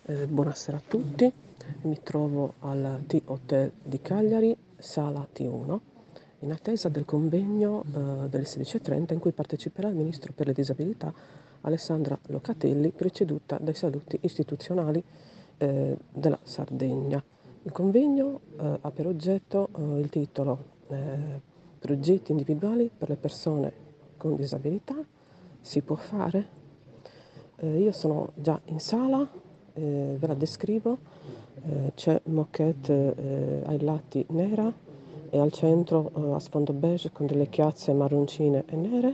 Buonasera a tutti, mi trovo al T-Hotel di Cagliari, sala T1, in attesa del convegno delle 16:30 in cui parteciperà il Ministro per le Disabilità Alessandra Locatelli, preceduta dai saluti istituzionali della Sardegna. Il convegno ha per oggetto il titolo Progetti individuali per le persone con disabilità. Si può fare? Io sono già in sala, ve la descrivo. C'è moquette ai lati nera e al centro a sfondo beige con delle chiazze marroncine e nere.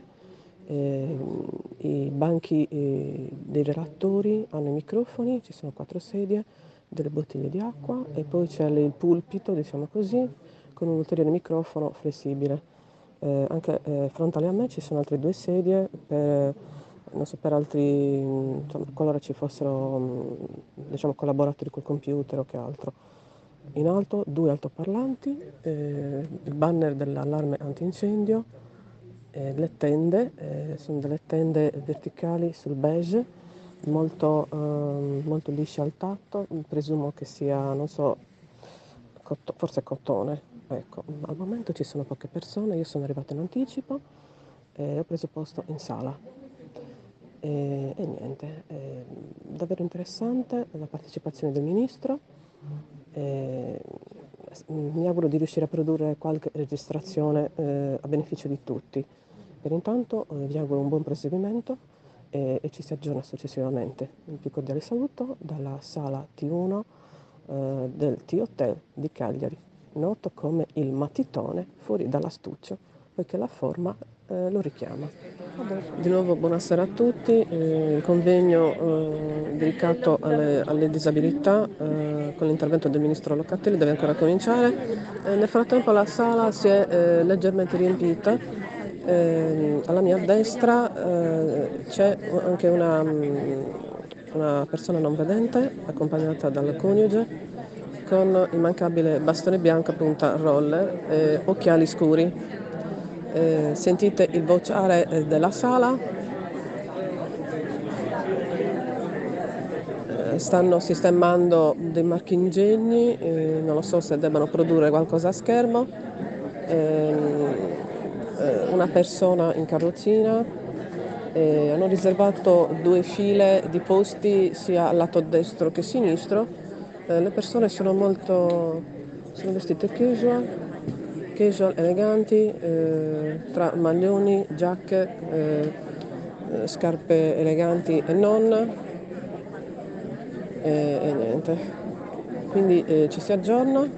I banchi dei relatori hanno i microfoni, ci sono 4 sedie, delle bottiglie di acqua e poi c'è il pulpito, diciamo così, con un ulteriore microfono flessibile. Anche frontali a me ci sono altre 2 sedie non so, per altri, insomma, qualora ci fossero, diciamo, collaboratori col computer o che altro. In alto 2 altoparlanti, il banner dell'allarme antincendio, le tende, sono delle tende verticali sul beige, molto lisce al tatto, presumo che sia, non so, forse cotone. Ecco, al momento ci sono poche persone, io sono arrivata in anticipo e ho preso posto in sala. E niente, davvero interessante la partecipazione del Ministro. Mi auguro di riuscire a produrre qualche registrazione a beneficio di tutti. Per intanto vi auguro un buon proseguimento e ci si aggiorna successivamente. Un più cordiale saluto dalla sala T1 del T-Hotel di Cagliari, noto come il matitone fuori dall'astuccio, poiché la forma lo richiama. Di nuovo buonasera a tutti, il convegno dedicato alle disabilità con l'intervento del Ministro Locatelli deve ancora cominciare. Nel frattempo la sala si è leggermente riempita. Alla mia destra c'è anche una persona non vedente accompagnata dal coniuge con immancabile bastone bianco a punta roller e occhiali scuri. Sentite il vociare della sala. Stanno sistemando dei marchingegni, non lo so se debbano produrre qualcosa a schermo. Una persona in carrozzina. Hanno riservato 2 file di posti sia al lato destro che sinistro. Le persone sono vestite casual eleganti, tra maglioni, giacche, scarpe eleganti e non, e niente. Quindi ci si aggiorna.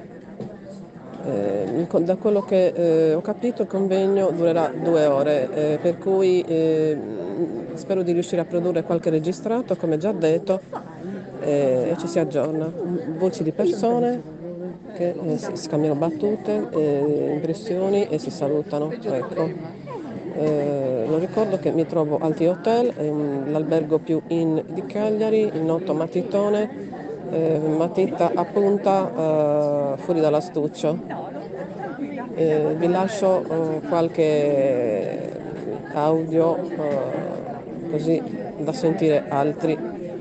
Da quello che ho capito il convegno durerà 2 ore, per cui spero di riuscire a produrre qualche registrato, come già detto, e ci si aggiorna. Voci di persone che si scambiano battute, impressioni e si salutano. Ecco. Non ricordo che mi trovo al T-Hotel, l'albergo più in di Cagliari, il noto matitone, matita a punta fuori dall'astuccio. Vi lascio qualche audio così da sentire altri.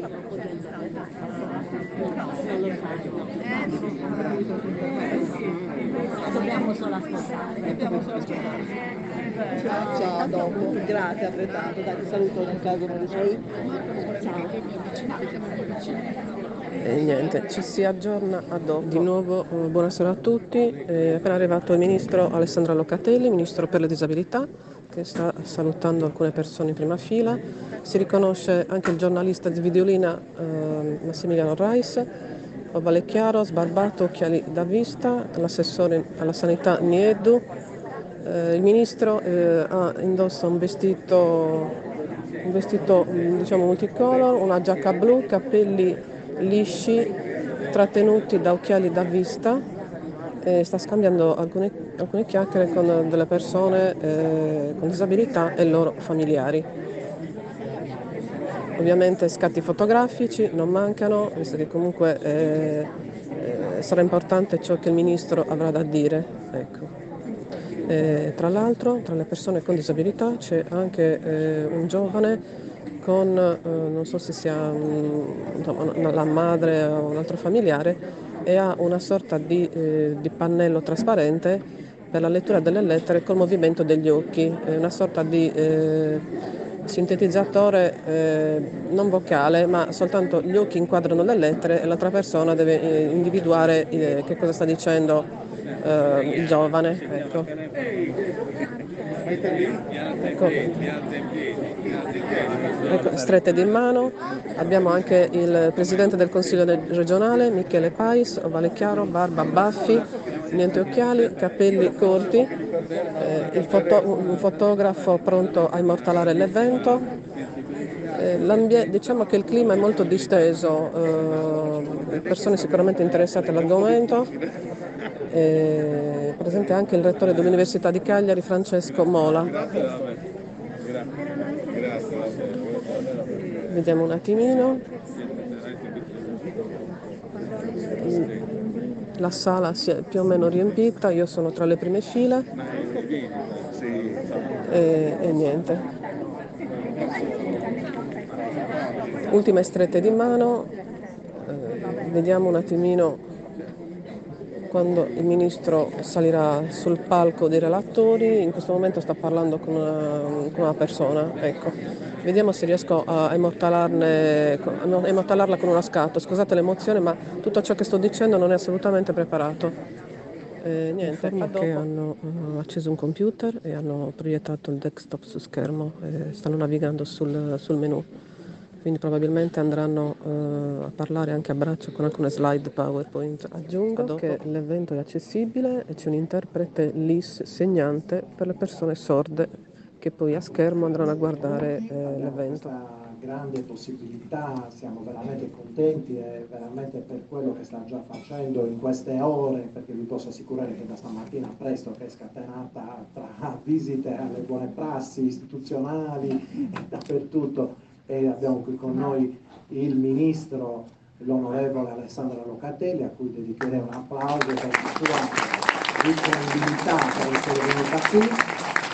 Dobbiamo solo ascoltare. Ciao, dopo. Grazie altrettanto. Dai, ti saluto nel caso non riuscirei. E niente, ci si aggiorna a dopo. Di nuovo buonasera a tutti. È appena arrivato il Ministro Alessandra Locatelli, Ministro per le Disabilità, che sta salutando alcune persone in prima fila. Si riconosce anche il giornalista di Videolina Massimiliano Reis, ovale chiaro, sbarbato, occhiali da vista, l'assessore alla sanità Niedu. Il Ministro indossa un vestito diciamo multicolor, una giacca blu, capelli lisci, trattenuti da occhiali da vista, sta scambiando alcune chiacchiere con delle persone con disabilità e loro familiari. Ovviamente scatti fotografici non mancano, visto che comunque sarà importante ciò che il Ministro avrà da dire. Ecco. Tra l'altro, tra le persone con disabilità c'è anche un giovane con, non so se sia la madre o un altro familiare, e ha una sorta di pannello trasparente per la lettura delle lettere col movimento degli occhi, una sorta di sintetizzatore non vocale, ma soltanto gli occhi inquadrano le lettere e l'altra persona deve individuare che cosa sta dicendo il giovane. Ecco. Ecco, strette di mano. Abbiamo anche il presidente del Consiglio regionale, Michele Pais, ovale chiaro, barba, baffi, niente occhiali, capelli corti, un fotografo pronto a immortalare l'evento. Diciamo che il clima è molto disteso, persone sicuramente interessate all'argomento. Presente anche il rettore dell'Università di Cagliari, Francesco Mola. Vediamo un attimino. La sala si è più o meno riempita, io sono tra le prime file e niente. Ultime strette di mano, vediamo un attimino quando il ministro salirà sul palco dei relatori. In questo momento sta parlando con una persona, ecco. Vediamo se riesco a immortalarla con uno scatto. Scusate l'emozione, ma tutto ciò che sto dicendo non è assolutamente preparato. Niente, che hanno acceso un computer e hanno proiettato il desktop su schermo e stanno navigando sul menu. Quindi probabilmente andranno a parlare anche a braccio con alcune slide PowerPoint. Aggiungo che l'evento è accessibile e c'è un interprete LIS segnante per le persone sorde che poi a schermo andranno a guardare l'evento. Questa grande possibilità, siamo veramente contenti e veramente per quello che sta già facendo in queste ore, perché vi posso assicurare che da stamattina presto che è scatenata tra visite alle buone prassi istituzionali e dappertutto, e abbiamo qui con noi il ministro, l'onorevole Alessandra Locatelli, a cui dedicherei un applauso per la sua disponibilità per essere venuta qui.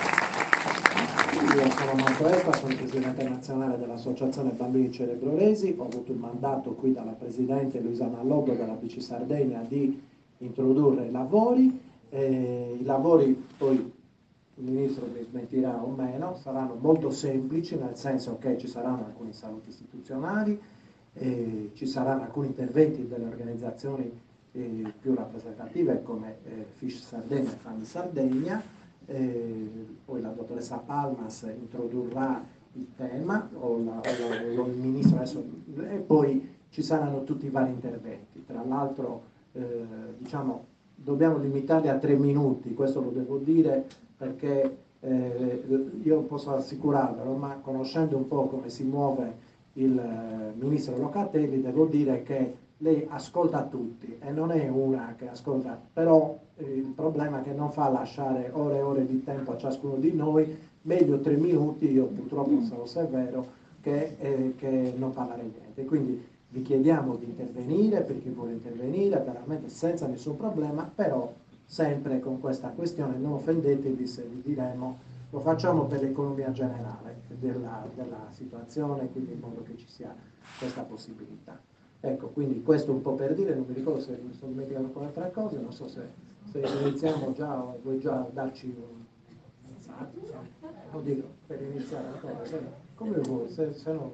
Io sono Marco Espa, sono il presidente nazionale dell'Associazione Bambini Cerebrolesi, ho avuto il mandato qui dalla presidente Luisana Lobbo della BC Sardegna di introdurre i lavori. I lavori, poi il ministro mi smentirà o meno, saranno molto semplici, nel senso che ci saranno alcuni saluti istituzionali, ci saranno alcuni interventi delle organizzazioni più rappresentative come Fish Sardegna e Fammi Sardegna. Poi la dottoressa Palmas introdurrà il tema, o il ministro adesso, e poi ci saranno tutti i vari interventi. Tra l'altro diciamo, dobbiamo limitarli a 3 minuti, questo lo devo dire perché io posso assicurarvelo, ma conoscendo un po' come si muove il ministro Locatelli, devo dire che lei ascolta tutti e non è una che ascolta, però il problema è che non fa lasciare ore e ore di tempo a ciascuno di noi, meglio 3 minuti, io purtroppo sono severo, che non parlare niente. Quindi vi chiediamo di intervenire per chi vuole intervenire, veramente senza nessun problema, però sempre con questa questione, non offendetevi se vi diremo, lo facciamo per l'economia generale della situazione, quindi in modo che ci sia questa possibilità. Ecco, quindi questo un po' per dire, non mi ricordo se mi sono dimenticato con altre cose, non so se iniziamo già o vuoi già darci un oddio, per iniziare la cosa, come vuoi, se no...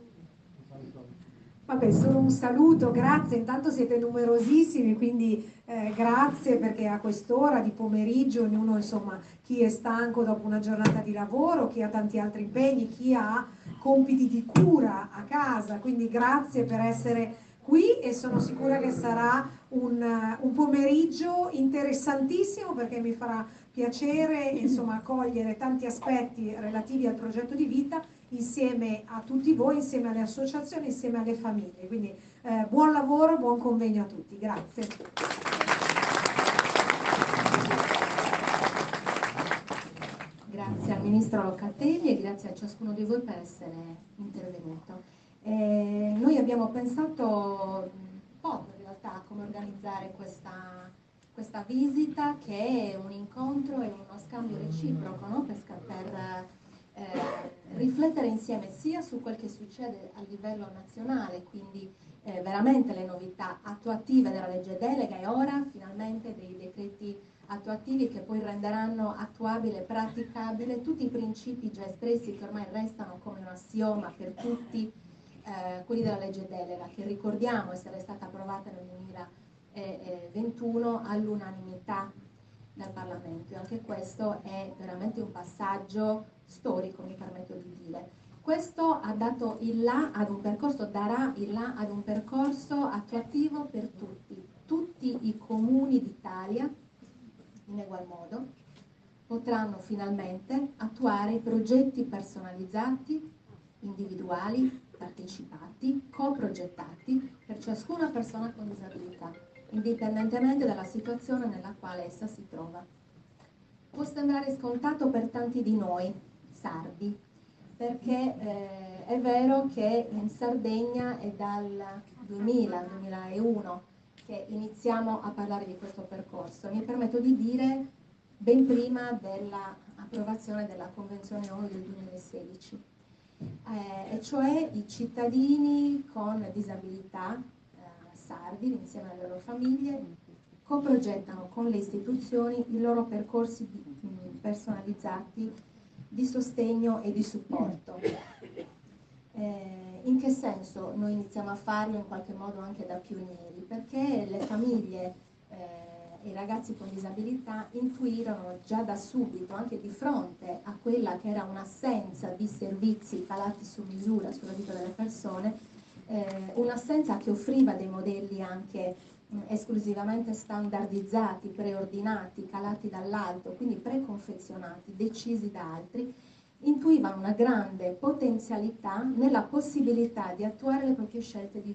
Vabbè, solo un saluto, grazie, intanto siete numerosissimi, quindi grazie perché a quest'ora di pomeriggio ognuno, insomma, chi è stanco dopo una giornata di lavoro, chi ha tanti altri impegni, chi ha compiti di cura a casa, quindi grazie per essere qui e sono sicura che sarà un pomeriggio interessantissimo perché mi farà piacere, insomma, cogliere tanti aspetti relativi al progetto di vita insieme a tutti voi, insieme alle associazioni, insieme alle famiglie. Quindi buon lavoro, buon convegno a tutti. Grazie. Grazie al Ministro Locatelli e grazie a ciascuno di voi per essere intervenuto. Noi abbiamo pensato poco in realtà a come organizzare questa visita, che è un incontro e uno scambio reciproco, no? per riflettere insieme sia su quel che succede a livello nazionale, quindi veramente le novità attuative della legge delega e ora finalmente dei decreti attuativi che poi renderanno attuabile e praticabile tutti i principi già espressi che ormai restano come un assioma per tutti quelli della legge delega, che ricordiamo essere stata approvata nel 2021 all'unanimità dal Parlamento, e anche questo è veramente un passaggio storico, mi permetto di dire. Questo ha dato il là ad un percorso, darà il là ad un percorso attuativo per tutti i comuni d'Italia, in egual modo, potranno finalmente attuare progetti personalizzati, individuali, partecipati, coprogettati per ciascuna persona con disabilità, indipendentemente dalla situazione nella quale essa si trova. Può sembrare scontato per tanti di noi sardi, perché è vero che in Sardegna è dal 2000-2001 che iniziamo a parlare di questo percorso. Mi permetto di dire ben prima dell'approvazione della Convenzione ONU del 2016, e cioè i cittadini con disabilità sardi, insieme alle loro famiglie, coprogettano con le istituzioni i loro percorsi personalizzati di sostegno e di supporto. In che senso noi iniziamo a farlo in qualche modo anche da pionieri? Perché le famiglie e i ragazzi con disabilità intuirono già da subito, anche di fronte a quella che era un'assenza di servizi calati su misura sulla vita delle persone, un'assenza che offriva dei modelli anche esclusivamente standardizzati, preordinati, calati dall'alto, quindi preconfezionati, decisi da altri, intuivano una grande potenzialità nella possibilità di attuare le proprie scelte di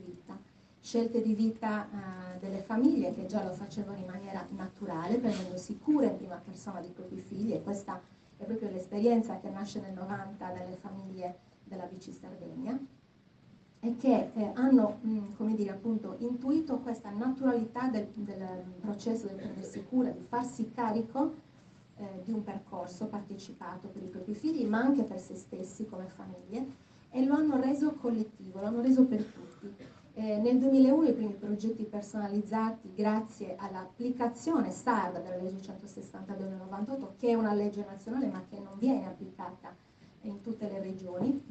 vita delle famiglie che già lo facevano in maniera naturale, prendendosi cura in prima persona dei propri figli, e questa è proprio l'esperienza che nasce nel 90 dalle famiglie della BC Sardegna, e che hanno, come dire, appunto, intuito questa naturalità del processo del prendersi cura, di farsi carico di un percorso partecipato per i propri figli, ma anche per se stessi come famiglie, e lo hanno reso collettivo, lo hanno reso per tutti. Nel 2001 i primi progetti personalizzati, grazie all'applicazione sarda della legge 162/98, che è una legge nazionale ma che non viene applicata in tutte le regioni,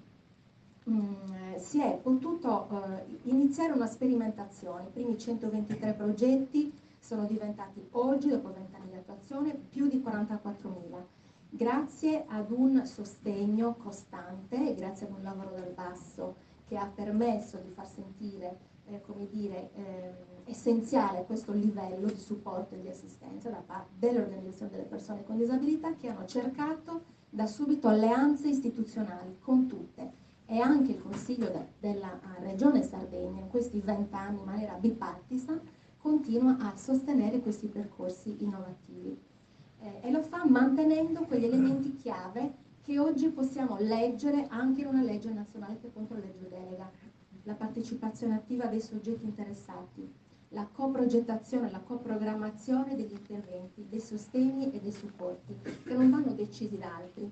si è potuto iniziare una sperimentazione. I primi 123 progetti sono diventati oggi, dopo 20 anni di attuazione, più di 44.000, grazie ad un sostegno costante e grazie ad un lavoro dal basso che ha permesso di far sentire, come dire, essenziale questo livello di supporto e di assistenza da parte delle organizzazioni delle persone con disabilità, che hanno cercato da subito alleanze istituzionali con tutte. E anche il Consiglio della Regione Sardegna in questi 20 anni in maniera bipartisan continua a sostenere questi percorsi innovativi, e lo fa mantenendo quegli elementi chiave che oggi possiamo leggere anche in una legge nazionale che è contro legge delega: la partecipazione attiva dei soggetti interessati, la coprogettazione, la coprogrammazione degli interventi, dei sostegni e dei supporti, che non vanno decisi da altri,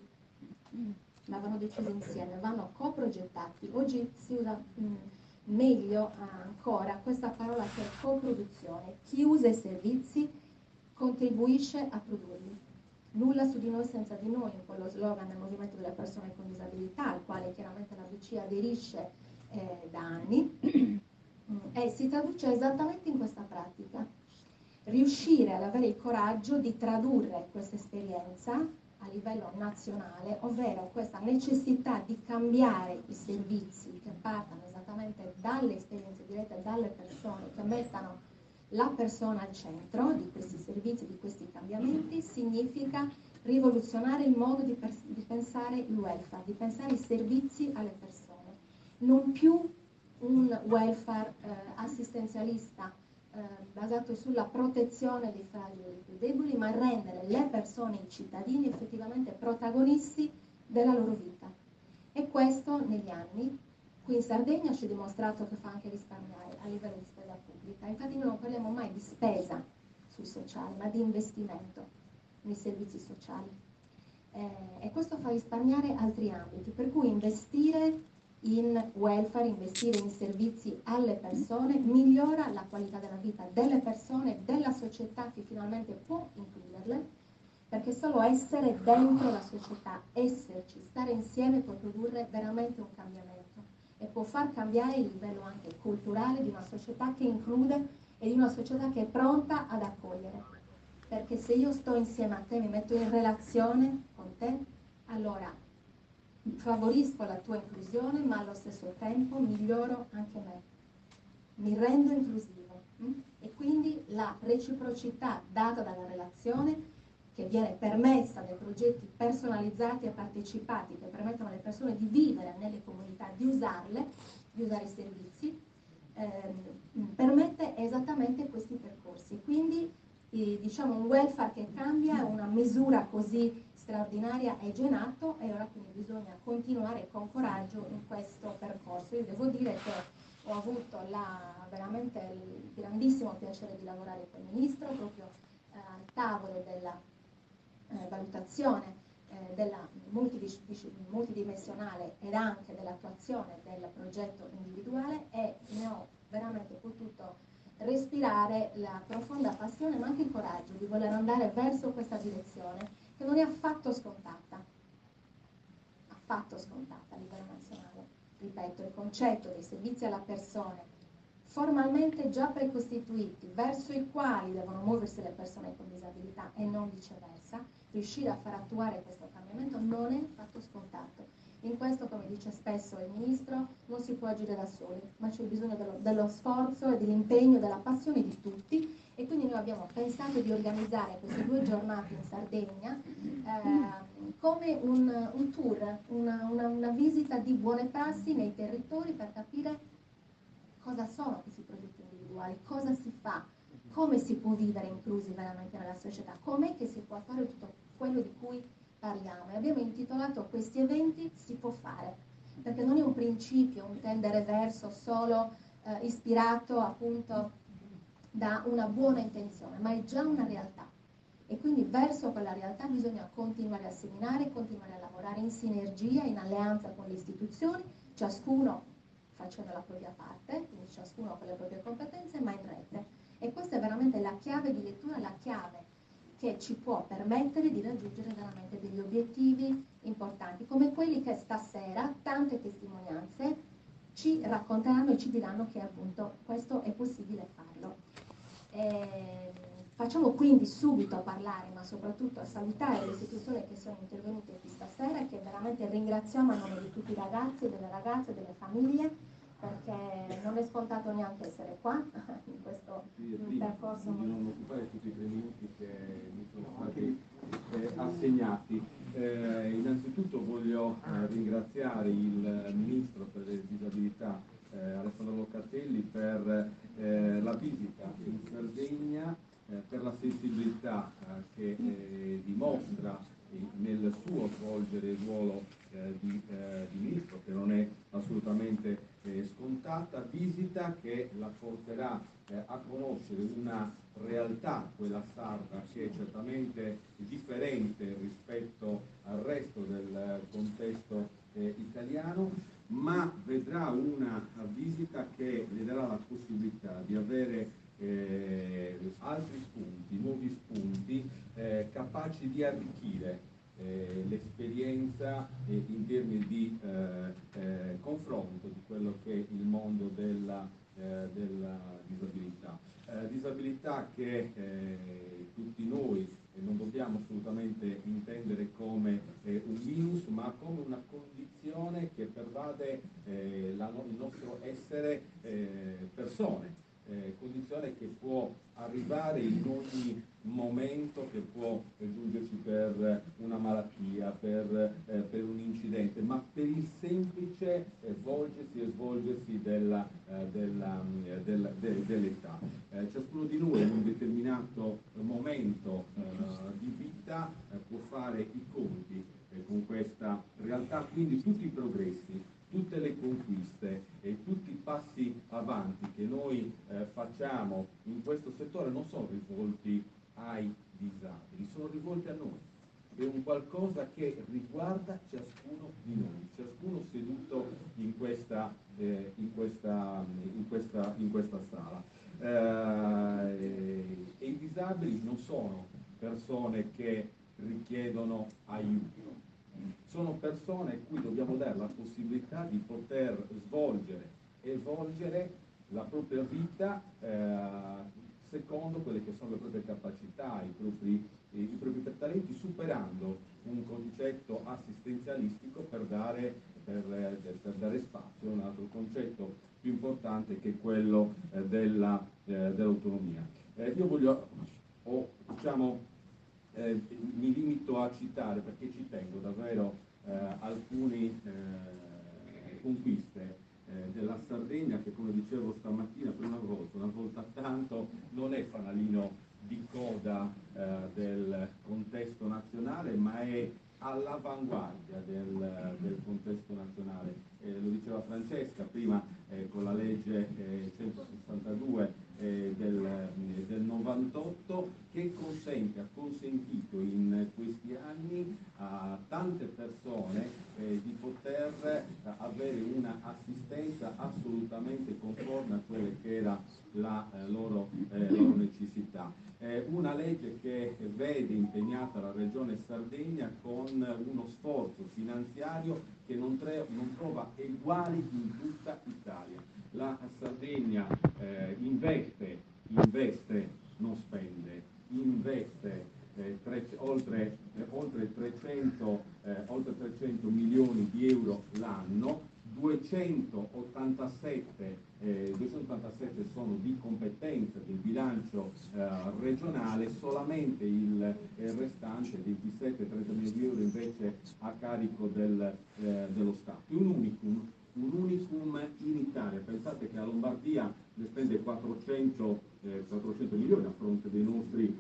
ma vanno decisi insieme, vanno coprogettati. Oggi si usa meglio ancora questa parola, che è coproduzione. Chi usa i servizi contribuisce a produrli. Nulla su di noi senza di noi, un po' lo slogan del Movimento delle Persone con Disabilità, al quale chiaramente la BC aderisce da anni, e si traduce esattamente in questa pratica. Riuscire ad avere il coraggio di tradurre questa esperienza a livello nazionale, ovvero questa necessità di cambiare i servizi che partano esattamente dalle esperienze dirette dalle persone, che mettano la persona al centro di questi servizi, di questi cambiamenti, significa rivoluzionare il modo di pensare il welfare, di pensare i servizi alle persone. Non più un welfare assistenzialista basato sulla protezione dei fragili e dei più deboli, ma rendere le persone, i cittadini, effettivamente protagonisti della loro vita. E questo negli anni, qui in Sardegna, ci è dimostrato che fa anche risparmiare a livello di spesa pubblica. Infatti noi non parliamo mai di spesa sul sociale, ma di investimento nei servizi sociali. e questo fa risparmiare altri ambiti, per cui investire in welfare, investire in servizi alle persone migliora la qualità della vita delle persone, della società che finalmente può includerle, perché solo essere dentro la società, esserci, stare insieme può produrre veramente un cambiamento e può far cambiare il livello anche culturale di una società che include e di una società che è pronta ad accogliere. Perché se io sto insieme a te, mi metto in relazione con te, allora favorisco la tua inclusione, ma allo stesso tempo miglioro anche me, mi rendo inclusivo. E quindi la reciprocità data dalla relazione, che viene permessa dai progetti personalizzati e partecipati, che permettono alle persone di vivere nelle comunità, di usarle, di usare i servizi, permette esattamente questi percorsi. Quindi diciamo un welfare che cambia, una misura così straordinaria è già in atto e ora quindi bisogna continuare con coraggio in questo percorso. Io devo dire che ho avuto veramente il grandissimo piacere di lavorare con il Ministro proprio al tavolo della valutazione della multidimensionale ed anche dell'attuazione del progetto individuale, e ne ho veramente potuto respirare la profonda passione ma anche il coraggio di voler andare verso questa direzione che non è affatto scontata a livello nazionale. Ripeto, il concetto dei servizi alla persona formalmente già precostituiti, verso i quali devono muoversi le persone con disabilità e non viceversa, riuscire a far attuare questo cambiamento non è affatto scontato. In questo, come dice spesso il Ministro, non si può agire da soli, ma c'è bisogno dello sforzo e dell'impegno, della passione di tutti, e quindi noi abbiamo pensato di organizzare queste 2 giornate in Sardegna come un tour, una visita di buone prassi nei territori per capire cosa sono questi progetti individuali, cosa si fa, come si può vivere inclusi veramente nella società, com'è che si può fare tutto quello di cui parliamo. E abbiamo intitolato questi eventi Si può fare, perché non è un principio, un tendere verso solo ispirato appunto da una buona intenzione, ma è già una realtà. E quindi verso quella realtà bisogna continuare a seminare, continuare a lavorare in sinergia, in alleanza con le istituzioni, ciascuno facendo la propria parte, quindi ciascuno con le proprie competenze, ma in rete. E questa è veramente la chiave di lettura, la chiave che ci può permettere di raggiungere veramente degli obiettivi importanti, come quelli che stasera tante testimonianze ci racconteranno e ci diranno che appunto questo è possibile farlo. Facciamo quindi subito a parlare, ma soprattutto a salutare le istituzioni che sono intervenute qui stasera e che veramente ringraziamo a nome di tutti i ragazzi, delle ragazze, delle famiglie, perché non è scontato neanche essere qua in questo percorso. Di non occupare tutti i 3 minuti che mi sono stati assegnati. Innanzitutto voglio ringraziare il Ministro per le disabilità Alessandro Locatelli per la visita in Sardegna, per la sensibilità che dimostra nel suo svolgere il ruolo di Ministro, che non è assolutamente scontata, visita che la porterà a conoscere una realtà, quella sarda, che è certamente differente rispetto al resto del contesto italiano, ma vedrà una visita che le darà la possibilità di avere altri spunti, nuovi spunti, capaci di arricchire l'esperienza in termini di confronto di quello che è il mondo della disabilità. Disabilità che tutti noi non dobbiamo assolutamente intendere come un minus, ma come una condizione che pervade il nostro essere persone. Condizione che può arrivare in ogni momento, che può giungerci per una malattia, per un incidente, ma per il semplice volgersi e svolgersi dell'età. Ciascuno di noi in un determinato momento di vita può fare i conti con questa realtà, quindi tutti i progressi, tutte le conquiste e tutti i passi avanti che noi facciamo in questo settore non sono rivolti ai disabili, sono rivolti a noi. è un qualcosa che riguarda ciascuno di noi, ciascuno seduto in questa sala. E i disabili non sono persone che richiedono aiuto, sono persone a cui dobbiamo dare la possibilità di poter svolgere e evolvere la propria vita secondo quelle che sono le proprie capacità, i propri talenti, superando un concetto assistenzialistico per dare spazio a un altro concetto più importante che è quello dell'autonomia. Io mi limito a citare, perché ci tengo davvero, alcune conquiste della Sardegna, che, come dicevo stamattina, per una volta tanto, non è fanalino di coda del contesto nazionale, ma è all'avanguardia del contesto nazionale. Lo diceva Francesca prima, con la legge 162 del 98, che ha consentito in questi anni a tante persone di poter avere una assistenza assolutamente conforme a quelle che era la loro necessità. Una legge che vede impegnata la Regione Sardegna con uno sforzo finanziario che non trova eguali in tutta Italia. La Sardegna investe, non spende, investe oltre 300 milioni di euro l'anno. 287 sono di competenza del bilancio regionale, solamente il restante 27-30 milioni di euro invece a carico dello Stato. Un unicum in Italia. Pensate che la Lombardia ne spende 400 milioni a fronte dei nostri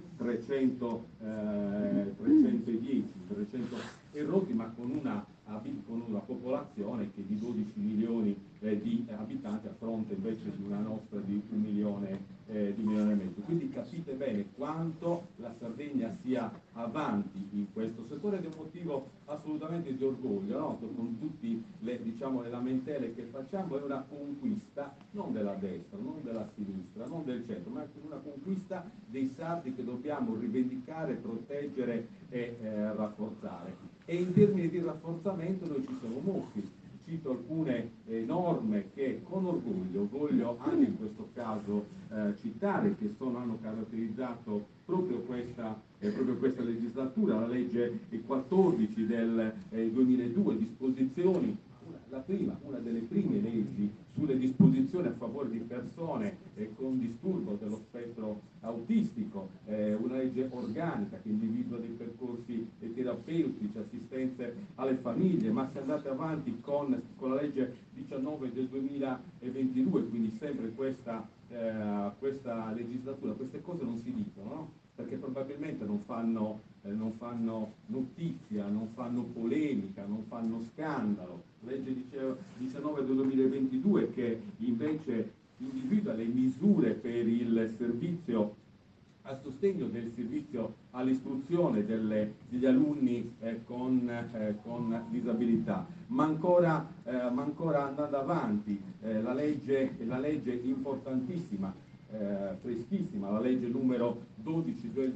310, 300 erotti, ma con una popolazione che è di 12 milioni di abitanti, a fronte invece di una nostra di 1 milione e mezzo. Quindi capite bene quanto la Sardegna sia avanti in questo settore, ed è un motivo assolutamente di orgoglio, no? Con tutte le lamentele che facciamo. È una conquista non della destra, non della sinistra, non del centro, ma è una conquista dei sardi che dobbiamo rivendicare, proteggere e rafforzare. E in termini di rafforzamento noi ci siamo mossi. Cito alcune norme che con orgoglio voglio anche in questo caso citare, che hanno caratterizzato proprio questa legislatura. La legge 14 del 2002, disposizioni, una delle prime leggi sulle disposizioni a favore di persone con disturbo dello spettro autistico, una legge organica che individua dei percorsi terapeutici, assistenze alle famiglie, ma si è andate avanti con la legge 19 del 2022, quindi sempre questa legislatura. Queste cose non si dicono, no? Perché probabilmente non fanno notizia, non fanno polemica, non fanno scandalo. Legge 19 del 2022 che invece individua le misure per il servizio a sostegno del servizio all'istruzione degli alunni con disabilità. Ma ancora andando avanti, la legge importantissima, freschissima, la legge numero 12 del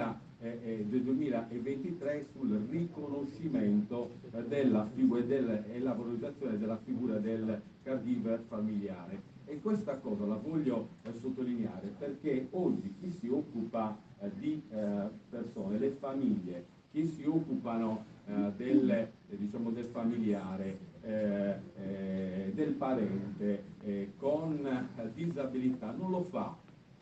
2023 sul riconoscimento e la valorizzazione della figura del caregiver familiare. E questa cosa la voglio sottolineare, perché oggi chi si occupa di persone, le famiglie, chi si occupano del familiare, del parente con disabilità, non lo fa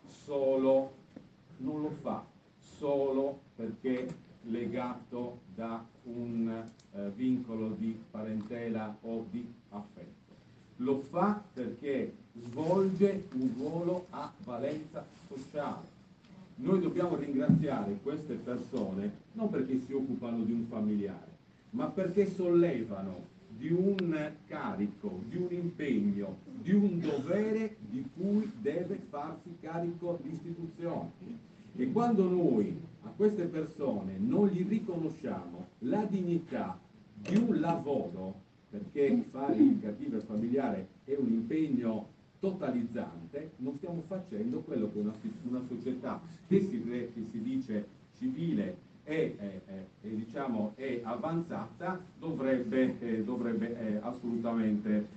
solo perché legato da un vincolo di parentela o di affetto. Lo fa perché svolge un ruolo a valenza sociale. Noi dobbiamo ringraziare queste persone non perché si occupano di un familiare, ma perché sollevano di un carico, di un impegno, di un dovere di cui deve farsi carico l'istituzione. E quando noi, queste persone non gli riconosciamo la dignità di un lavoro, perché fare il caregiver familiare è un impegno totalizzante, non stiamo facendo quello che una società che si dice civile e diciamo è avanzata dovrebbe assolutamente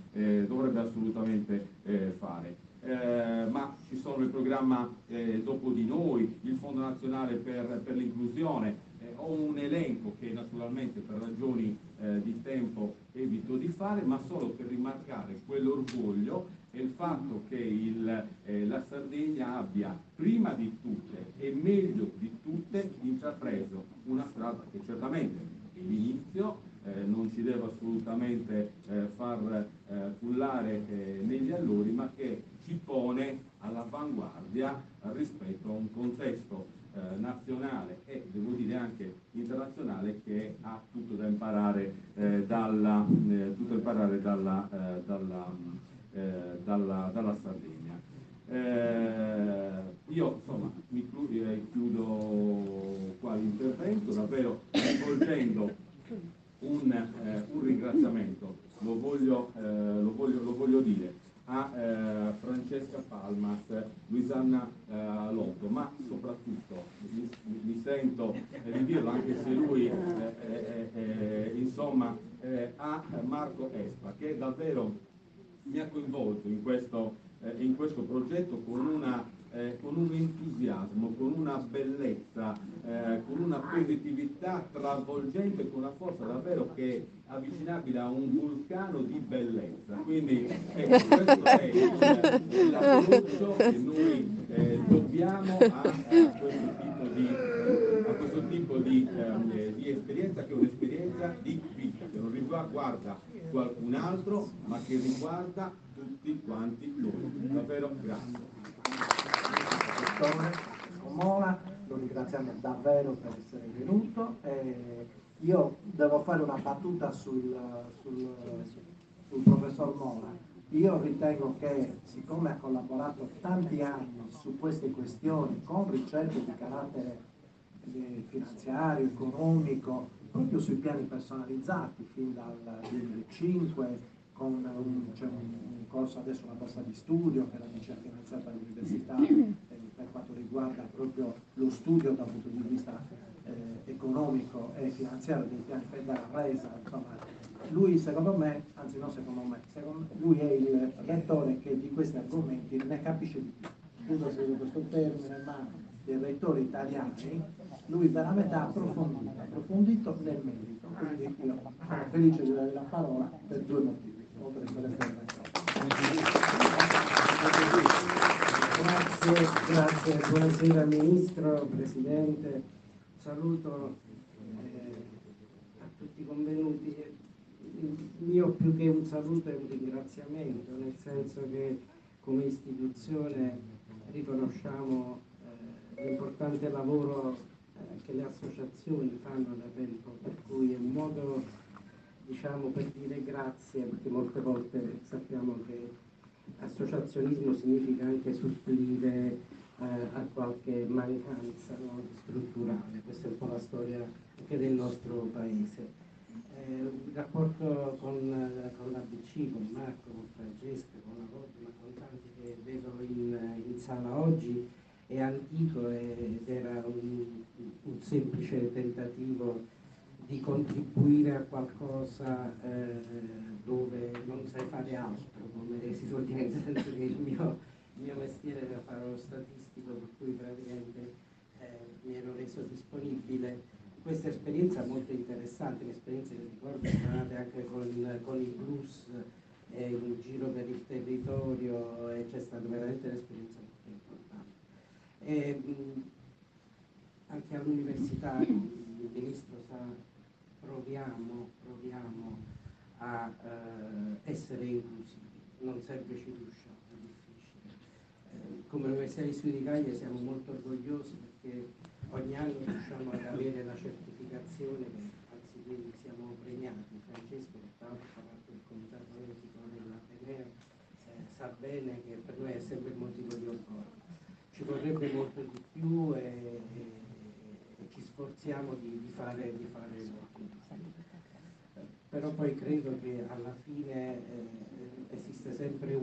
fare. Ma ci sono il programma Dopo di Noi, il Fondo Nazionale per l'Inclusione, ho un elenco che naturalmente per ragioni di tempo evito di fare, ma solo per rimarcare quell'orgoglio e il fatto che la Sardegna abbia prima di tutte e meglio di tutte intrapreso una strada che certamente è l'inizio, non ci deve assolutamente far cullare negli allori, ma che ci pone all'avanguardia rispetto a un contesto nazionale e devo dire anche internazionale che ha tutto da imparare dalla Sardegna. Io insomma chiudo qua l'intervento, davvero rivolgendo un ringraziamento, lo voglio dire, a Francesca Palmas, Luisanna Lotto, ma soprattutto mi sento di dirlo anche se lui insomma a Marco Espa, che davvero mi ha coinvolto in questo progetto con un entusiasmo, con una bellezza, con una positività travolgente, con una forza davvero che è avvicinabile a un vulcano di bellezza. Quindi ecco, questo è l'approccio che noi dobbiamo a questo tipo di esperienza, che è un'esperienza di vita, che non riguarda qualcun altro, ma che riguarda tutti quanti noi. Davvero grazie. Mola, lo ringraziamo davvero per essere venuto. Io devo fare una battuta sul professor Mola. Io ritengo che, siccome ha collaborato tanti anni su queste questioni con ricerche di carattere finanziario, economico, proprio sui piani personalizzati fin dal 2005, c'è un corso adesso, una borsa di studio che la dice finanziata all'università per quanto riguarda proprio lo studio dal punto di vista economico e finanziario dei piani della resa. Insomma, lui secondo me, anzi non secondo me, lui è il rettore che di questi argomenti ne capisce di più. Scusa se uso questo termine, ma dei rettori italiani lui veramente ha approfondito nel merito. Quindi io sono felice di dare la parola per due motivi. Grazie, buonasera Ministro, Presidente, saluto a tutti i convenuti. Il mio più che un saluto è un ringraziamento, nel senso che come istituzione riconosciamo l'importante lavoro che le associazioni fanno da tempo, per cui è un modo, diciamo, per dire grazie, perché molte volte sappiamo che associazionismo significa anche supplire a qualche mancanza, no, strutturale. Questa è un po' la storia anche del nostro paese. Il rapporto con l'ABC, con Marco, con Francesca, con la Lotto, ma con tanti che vedo in sala oggi, è antico ed era un semplice tentativo di contribuire a qualcosa dove non sai fare altro, come si suol dire, nel senso che il mio mestiere era fare lo statistico, per cui praticamente mi ero reso disponibile. Questa esperienza molto interessante, un'esperienza che ricordo è nata anche con i blues, in giro per il territorio, e c'è stata veramente un'esperienza molto importante. Anche all'università, il Ministro sa, proviamo a essere inclusivi, non sempre ci riusciamo, è difficile. Come Università di Studi d'Italia siamo molto orgogliosi perché ogni anno riusciamo ad avere la certificazione, anzi quindi siamo premiati. Francesco, che tra l'altro fa parte del comitato etico dell'Ateneo, sa bene che per noi è sempre un motivo di orgoglio. Ci vorrebbe molto di più e ci sforziamo di fare l'ottimista. Però poi credo che alla fine esiste sempre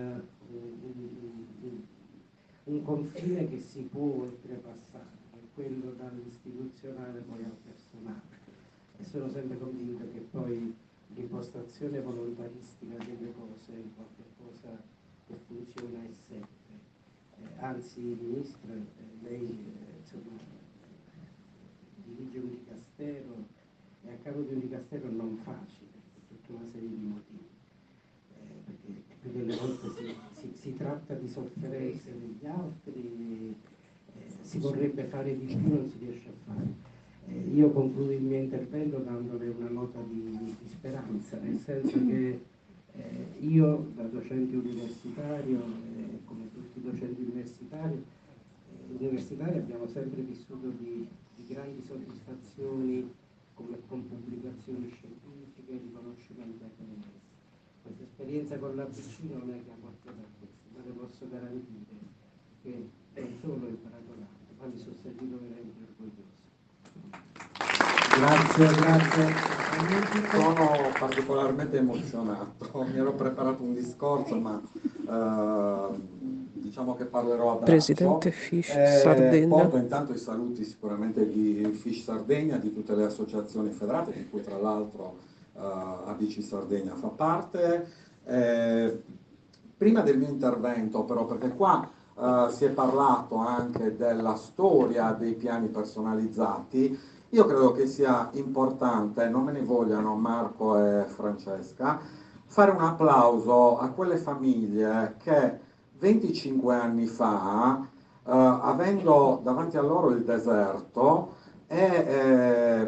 un confine che si può oltrepassare, che è quello dall'istituzionale poi al personale. E sono sempre convinto che poi l'impostazione volontaristica delle cose è qualcosa che funziona e sempre. Anzi, Ministro, lei insomma, dirige un dicastero e a capo di un dicastero non facile, per tutta una serie di motivi. Perché più delle volte si tratta di sofferenze degli altri, si vorrebbe fare di più, non si riesce a fare. Io concludo il mio intervento dandole una nota di speranza, nel senso che io da docente universitario, come tutti i docenti universitari abbiamo sempre vissuto di grandi soddisfazioni con pubblicazioni scientifiche, riconoscimenti accademici. Questa esperienza con l'ABC non è che ha portato a questo, ma le posso garantire che non solo ho imparato l'arte, ma mi sono sentito veramente orgoglioso. Grazie. Sono particolarmente emozionato, mi ero preparato un discorso, ma diciamo che parlerò a braccio. Presidente Fish Sardegna. Porto intanto i saluti sicuramente di Fish Sardegna, di tutte le associazioni federate, di cui tra l'altro ABC Sardegna fa parte. Prima del mio intervento però, perché qua si è parlato anche della storia dei piani personalizzati, io credo che sia importante, non me ne vogliano Marco e Francesca, fare un applauso a quelle famiglie che 25 anni fa, avendo davanti a loro il deserto e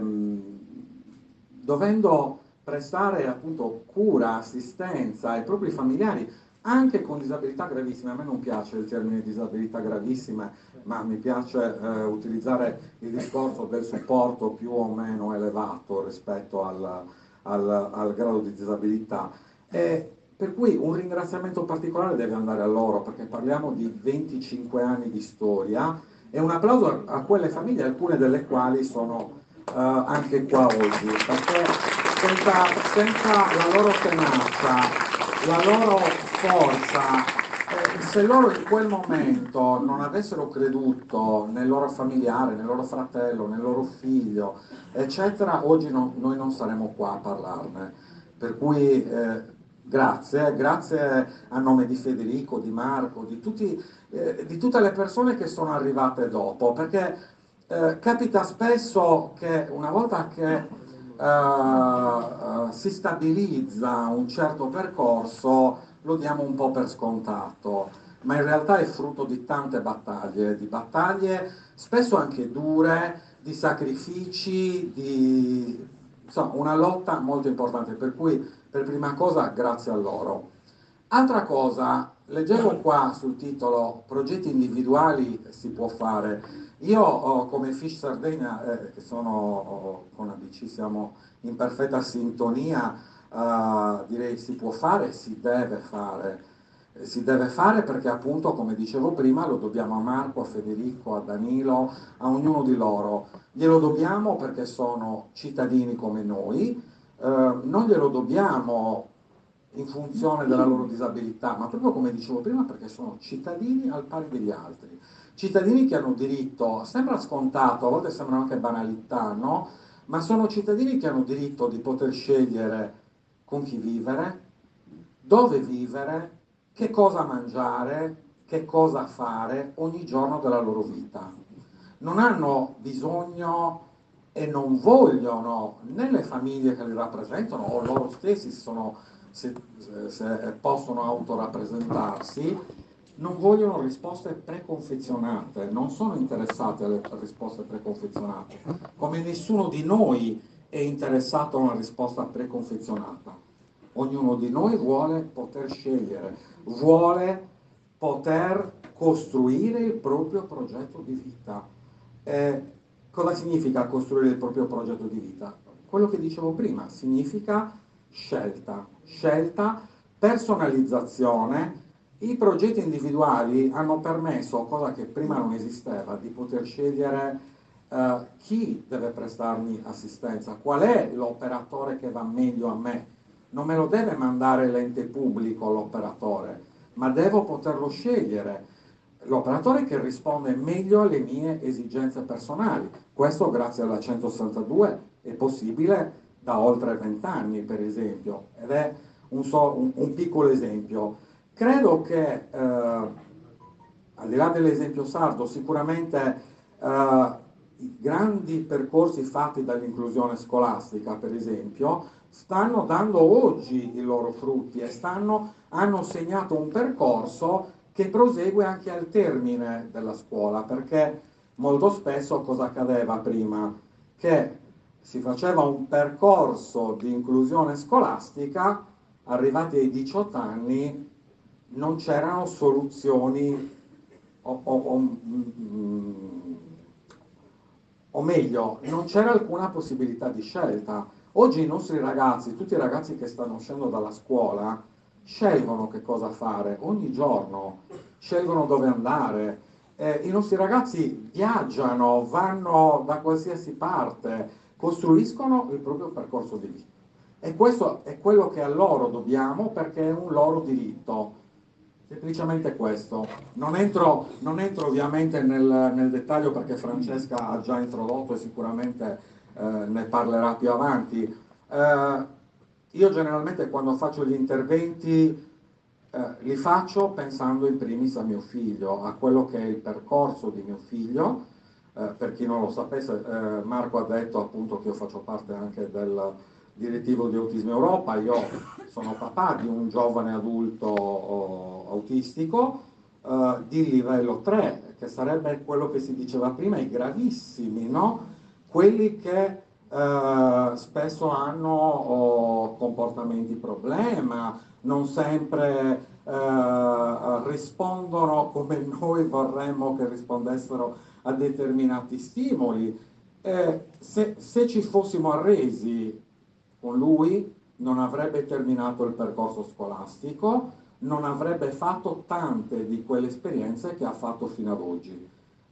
dovendo prestare appunto cura, assistenza ai propri familiari, anche con disabilità gravissime. A me non piace il termine disabilità gravissime, ma mi piace utilizzare il discorso del supporto più o meno elevato rispetto al grado di disabilità. Per cui un ringraziamento particolare deve andare a loro, perché parliamo di 25 anni di storia, e un applauso a quelle famiglie, alcune delle quali sono anche qua oggi, perché senza la loro tenacia, la loro forza, se loro in quel momento non avessero creduto nel loro familiare, nel loro fratello, nel loro figlio, eccetera, oggi noi non saremmo qua a parlarne. Per cui grazie a nome di Federico, di Marco, di tutte le persone che sono arrivate dopo, perché capita spesso che una volta che si stabilizza un certo percorso lo diamo un po' per scontato, ma in realtà è frutto di tante battaglie, spesso anche dure, di sacrifici, insomma, una lotta molto importante, per cui per prima cosa grazie a loro. Altra cosa, leggevo qua sul titolo progetti individuali si può fare. Io come Fish Sardegna, che sono con ABC, siamo in perfetta sintonia, direi si può fare, si deve fare perché appunto, come dicevo prima, lo dobbiamo a Marco, a Federico, a Danilo, a ognuno di loro. Glielo dobbiamo perché sono cittadini come noi, non glielo dobbiamo in funzione della loro disabilità, ma proprio come dicevo prima perché sono cittadini al pari degli altri, cittadini che hanno diritto, sembra scontato, a volte sembrano anche banalità, no? Ma sono cittadini che hanno diritto di poter scegliere con chi vivere, dove vivere, che cosa mangiare, che cosa fare ogni giorno della loro vita. Non hanno bisogno e non vogliono né le famiglie che li rappresentano o loro stessi se possono autorappresentarsi, non vogliono risposte preconfezionate, non sono interessati alle risposte preconfezionate, come nessuno di noi è interessato a una risposta preconfezionata. Ognuno di noi vuole poter scegliere, vuole poter costruire il proprio progetto di vita. Cosa significa costruire il proprio progetto di vita? Quello che dicevo prima, significa scelta, personalizzazione. I progetti individuali hanno permesso, cosa che prima non esisteva, di poter scegliere chi deve prestarmi assistenza, qual è l'operatore che va meglio a me. Non me lo deve mandare l'ente pubblico l'operatore, ma devo poterlo scegliere. L'operatore che risponde meglio alle mie esigenze personali. Questo grazie alla 162 è possibile da oltre 20 anni, per esempio, ed è un piccolo esempio. Credo che, al di là dell'esempio sardo, sicuramente i grandi percorsi fatti dall'inclusione scolastica, per esempio, stanno dando oggi i loro frutti e hanno segnato un percorso che prosegue anche al termine della scuola, perché molto spesso cosa accadeva prima? Che si faceva un percorso di inclusione scolastica, arrivati ai 18 anni non c'erano soluzioni o meglio, non c'era alcuna possibilità di scelta. Oggi i nostri ragazzi, tutti i ragazzi che stanno uscendo dalla scuola, scelgono che cosa fare ogni giorno, scelgono dove andare. I nostri ragazzi viaggiano, vanno da qualsiasi parte, costruiscono il proprio percorso di vita. E questo è quello che a loro dobbiamo, perché è un loro diritto. Semplicemente questo. Non entro ovviamente nel dettaglio, perché Francesca ha già introdotto e sicuramente ne parlerà più avanti. Io generalmente quando faccio gli interventi li faccio pensando in primis a mio figlio, a quello che è il percorso di mio figlio. Per chi non lo sapesse, Marco ha detto appunto che io faccio parte anche del direttivo di Autismo Europa. Io sono papà di un giovane adulto autistico di livello 3, che sarebbe quello che si diceva prima, i gravissimi, no? Quelli che spesso hanno comportamenti problema, non sempre rispondono come noi vorremmo che rispondessero a determinati stimoli. Se ci fossimo arresi con lui, non avrebbe terminato il percorso scolastico, non avrebbe fatto tante di quelle esperienze che ha fatto fino ad oggi.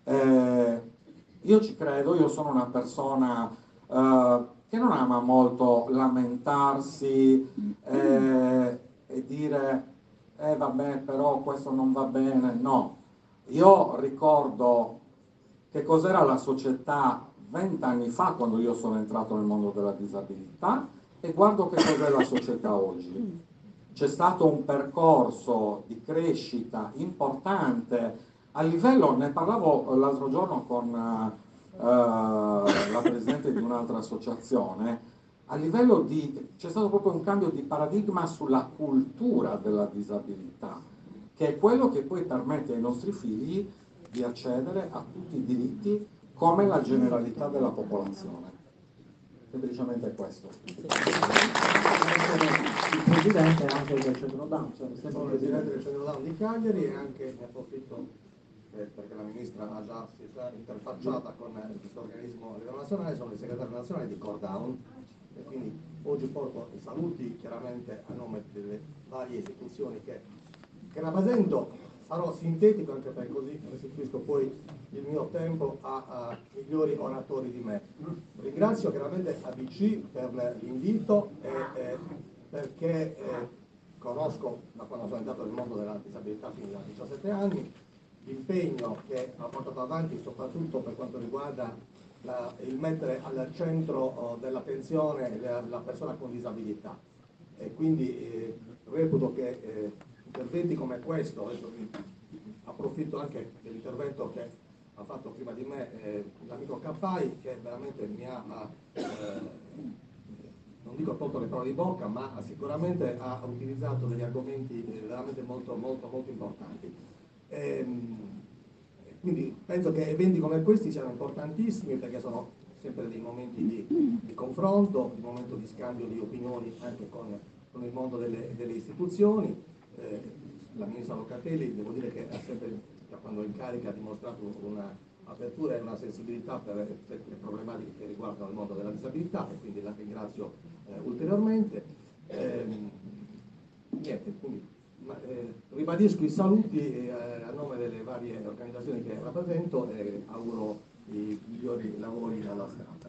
Io ci credo, io sono una persona che non ama molto lamentarsi e dire vabbè, però questo non va bene. No, io ricordo che cos'era la società 20 anni fa, quando io sono entrato nel mondo della disabilità, e guardo che cos'è la società oggi. C'è stato un percorso di crescita importante a livello, ne parlavo l'altro giorno con la presidente di un'altra associazione, a livello c'è stato proprio un cambio di paradigma sulla cultura della disabilità, che è quello che poi permette ai nostri figli di accedere a tutti i diritti come la generalità della popolazione. Semplicemente questo. Il presidente anche del Centro Down, sono il presidente del Centro Down di Cagliari, e anche ne approfitto perché la ministra si è già interfacciata con questo organismo a livello nazionale, sono il segretario nazionale di Core Down, e quindi oggi porto i saluti chiaramente a nome delle varie istituzioni che rappresento. Sarò sintetico anche perché così restituisco poi il mio tempo a migliori oratori di me. Ringrazio chiaramente ABC per l'invito perché conosco da quando sono entrato nel mondo della disabilità fino a 17 anni l'impegno che ha portato avanti soprattutto per quanto riguarda il mettere al centro dell'attenzione la persona con disabilità, e quindi reputo che interventi come questo, approfitto anche dell'intervento che ha fatto prima di me l'amico Cappai, che veramente mi ha non dico tolto le parole di bocca, ma sicuramente ha utilizzato degli argomenti veramente molto importanti. Quindi penso che eventi come questi siano importantissimi, perché sono sempre dei momenti di confronto, un momento di scambio di opinioni anche con il mondo delle istituzioni. La ministra Locatelli, devo dire che ha sempre, da quando è in carica, ha dimostrato un'apertura e una sensibilità per le problematiche che riguardano il mondo della disabilità, e quindi la ringrazio ulteriormente. Niente, quindi ribadisco i saluti a nome delle varie organizzazioni che rappresento e auguro i migliori lavori alla serata.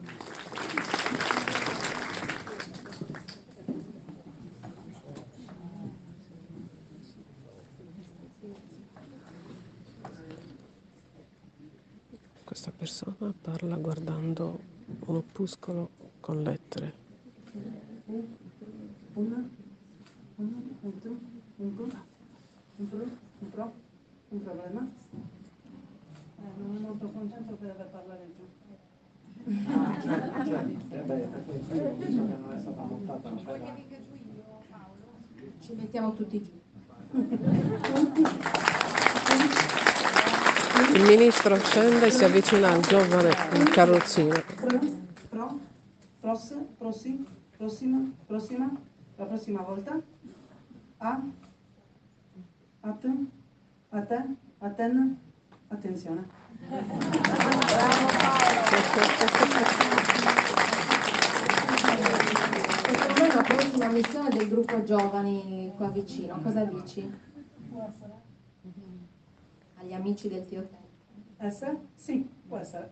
Questa persona parla guardando un opuscolo con lettere. Un problema? Non è molto contento per aver parlato giù. Non è stata montata la cosa. Ci mettiamo tutti giù. Il ministro scende e si avvicina al giovane in carrozzina. Prossima, la prossima volta. Attenzione. Secondo me è la prossima missione del gruppo giovani qua vicino, cosa dici? Agli amici del Tiotello. Essere? Sì, può essere.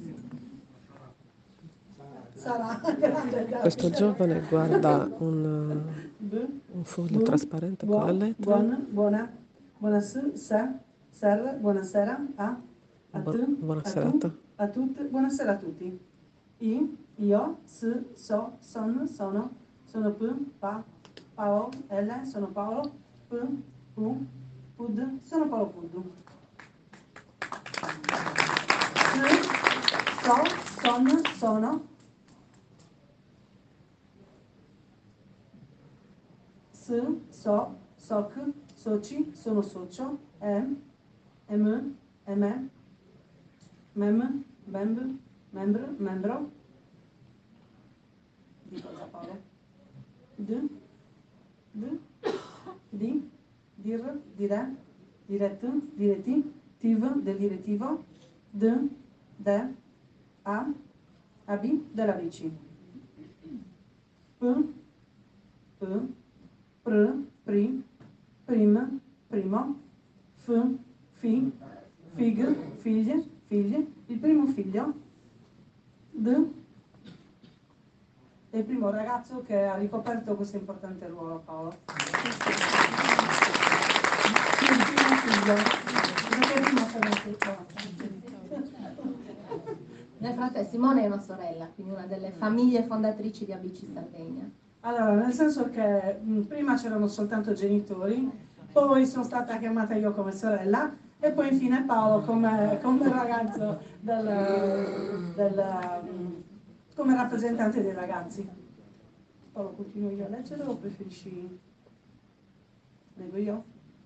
Sarà. Questo giovane guarda un foglio trasparente con le lettere. Buonasera Buona serata. Buonasera a tutti. Io, sono Paolo, L, sono Paolo, Pud, sono Paolo Puddu. Sono soc, soci, sono socio, membro. Di cosa, Paolo? Diretti, del direttivo, AB, della bici. Primo, figli, il primo figlio, è il primo ragazzo che ha ricoperto questo importante ruolo, Paolo. Il primo figlio. Nel frattempo Simone è una sorella, quindi una delle famiglie fondatrici di ABC Sardegna. Allora, nel senso che prima c'erano soltanto genitori, poi sono stata chiamata io come sorella e poi infine Paolo come ragazzo come rappresentante dei ragazzi. Paolo, continuo io a leggere o preferisci? Leggo io?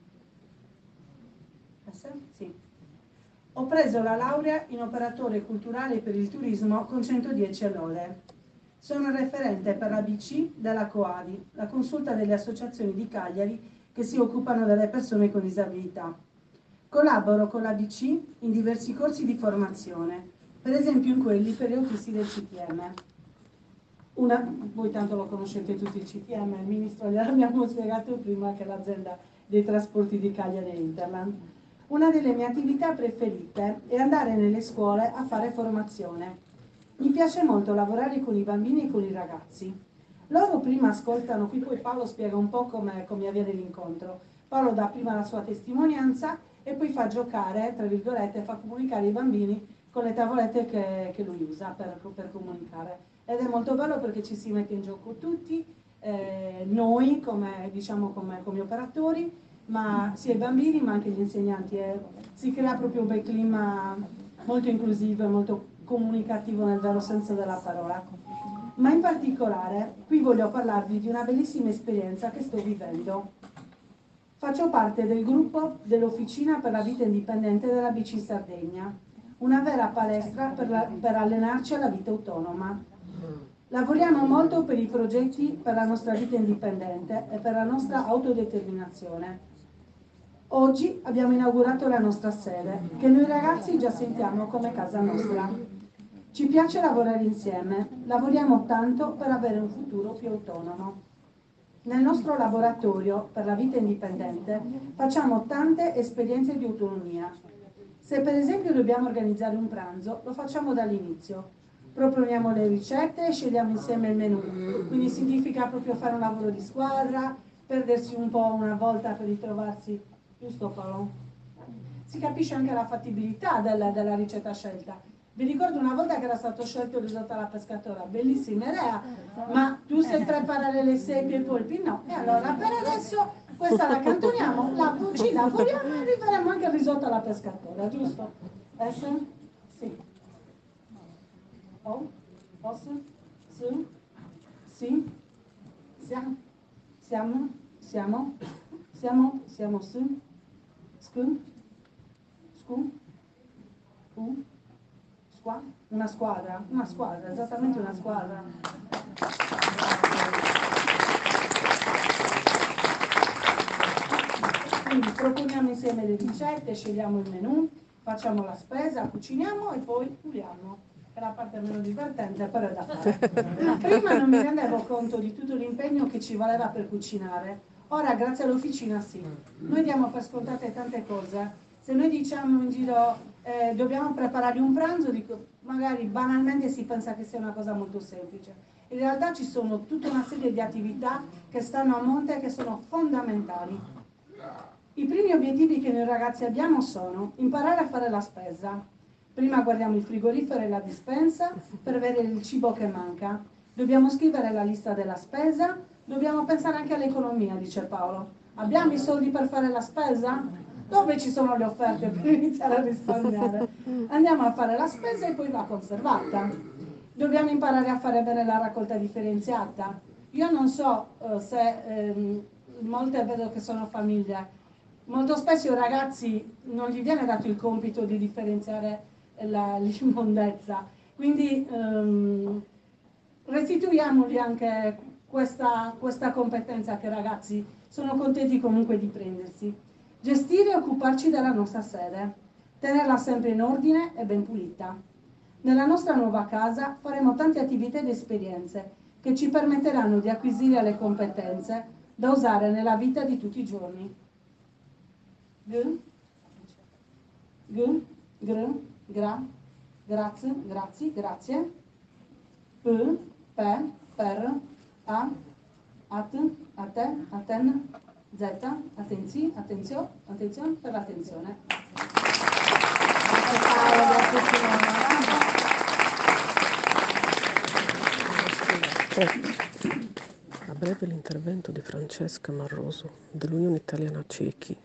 Sì. Ho preso la laurea in operatore culturale per il turismo con 110 all'ode. Sono referente per l'ABC della COADI, la consulta delle associazioni di Cagliari che si occupano delle persone con disabilità. Collaboro con l'ABC in diversi corsi di formazione, per esempio in quelli per gli autisti del CTM. Voi tanto lo conoscete tutti il CTM, il ministro gliel'abbiamo spiegato prima, che è l'azienda dei trasporti di Cagliari e Interland. Una delle mie attività preferite è andare nelle scuole a fare formazione. Mi piace molto lavorare con i bambini e con i ragazzi. Loro prima ascoltano, qui poi Paolo spiega un po' come avviene l'incontro. Paolo dà prima la sua testimonianza e poi fa giocare, tra virgolette, fa comunicare i bambini con le tavolette che lui usa per comunicare. Ed è molto bello perché ci si mette in gioco tutti, noi come operatori, ma sia i bambini ma anche gli insegnanti. Si crea proprio un bel clima molto inclusivo e molto comunicativo nel vero senso della parola. Ma in particolare qui voglio parlarvi di una bellissima esperienza che sto vivendo. Faccio parte del gruppo dell'Officina per la Vita Indipendente dell'ABC Sardegna, una vera palestra per allenarci alla vita autonoma. Lavoriamo molto per i progetti per la nostra vita indipendente e per la nostra autodeterminazione. Oggi abbiamo inaugurato la nostra sede, che noi ragazzi già sentiamo come casa nostra. Ci piace lavorare insieme, lavoriamo tanto per avere un futuro più autonomo. Nel nostro laboratorio per la vita indipendente facciamo tante esperienze di autonomia. Se per esempio dobbiamo organizzare un pranzo, lo facciamo dall'inizio. Proponiamo le ricette e scegliamo insieme il menù. Quindi significa proprio fare un lavoro di squadra, perdersi un po' una volta per ritrovarsi, giusto Paolo? Si capisce anche la fattibilità della ricetta scelta. Vi ricordo una volta che era stato scelto il risotto alla pescatora, bellissima idea, ma tu sai preparare le seppie e i polpi? No. E allora per adesso questa la cantoniamo, ci lavoriamo e arriveremo anche al risotto alla pescatora, giusto? Sì? Oh? Posso? Su? Sì? Siamo su? Scu? Una squadra, esattamente una squadra. Quindi proponiamo insieme le ricette, scegliamo il menù, facciamo la spesa, cuciniamo e poi puliamo. È la parte meno divertente, però è da fare. Prima non mi rendevo conto di tutto l'impegno che ci voleva per cucinare. Ora, grazie all'officina, sì. Noi diamo per scontate tante cose. Se noi diciamo in giro dobbiamo preparare un pranzo, magari banalmente si pensa che sia una cosa molto semplice. In realtà ci sono tutta una serie di attività che stanno a monte e che sono fondamentali. I primi obiettivi che noi ragazzi abbiamo sono imparare a fare la spesa. Prima guardiamo il frigorifero e la dispensa per vedere il cibo che manca. Dobbiamo scrivere la lista della spesa, dobbiamo pensare anche all'economia, dice Paolo. Abbiamo i soldi per fare la spesa? Dove ci sono le offerte per iniziare a risparmiare? Andiamo a fare la spesa e poi va conservata. Dobbiamo imparare a fare bene la raccolta differenziata. Io non so se molte vedo che sono famiglie. Molto spesso ai ragazzi non gli viene dato il compito di differenziare l'immondezza. Quindi restituiamogli anche questa competenza che i ragazzi sono contenti comunque di prendersi. Gestire e occuparci della nostra sede, tenerla sempre in ordine e ben pulita. Nella nostra nuova casa faremo tante attività ed esperienze che ci permetteranno di acquisire le competenze da usare nella vita di tutti i giorni. Grazie. Per, a te, atten, Z, attenzione per l'attenzione. A breve l'intervento di Francesca Marroso dell'Unione Italiana Cechi.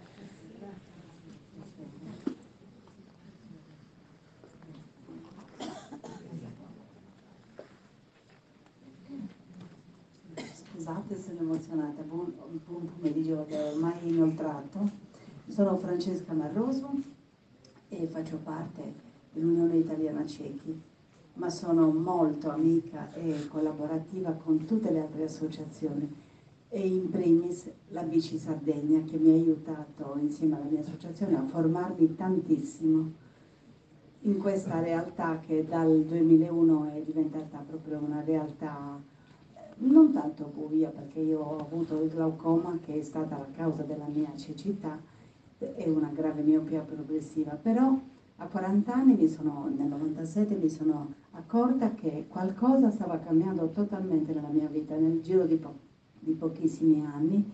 Scusate, sono emozionata. Buon pomeriggio ormai inoltrato. Sono Francesca Marroso e faccio parte dell'Unione Italiana Cechi, ma sono molto amica e collaborativa con tutte le altre associazioni e in primis la Bici Sardegna, che mi ha aiutato insieme alla mia associazione a formarmi tantissimo in questa realtà che dal 2001 è diventata proprio una realtà non tanto buia, perché io ho avuto il glaucoma, che è stata la causa della mia cecità e una grave miopia progressiva, però a 40 anni nel 97 mi sono accorta che qualcosa stava cambiando totalmente nella mia vita nel giro di pochissimi anni.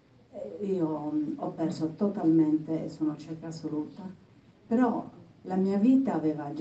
Io ho perso totalmente, sono cieca assoluta, però la mia vita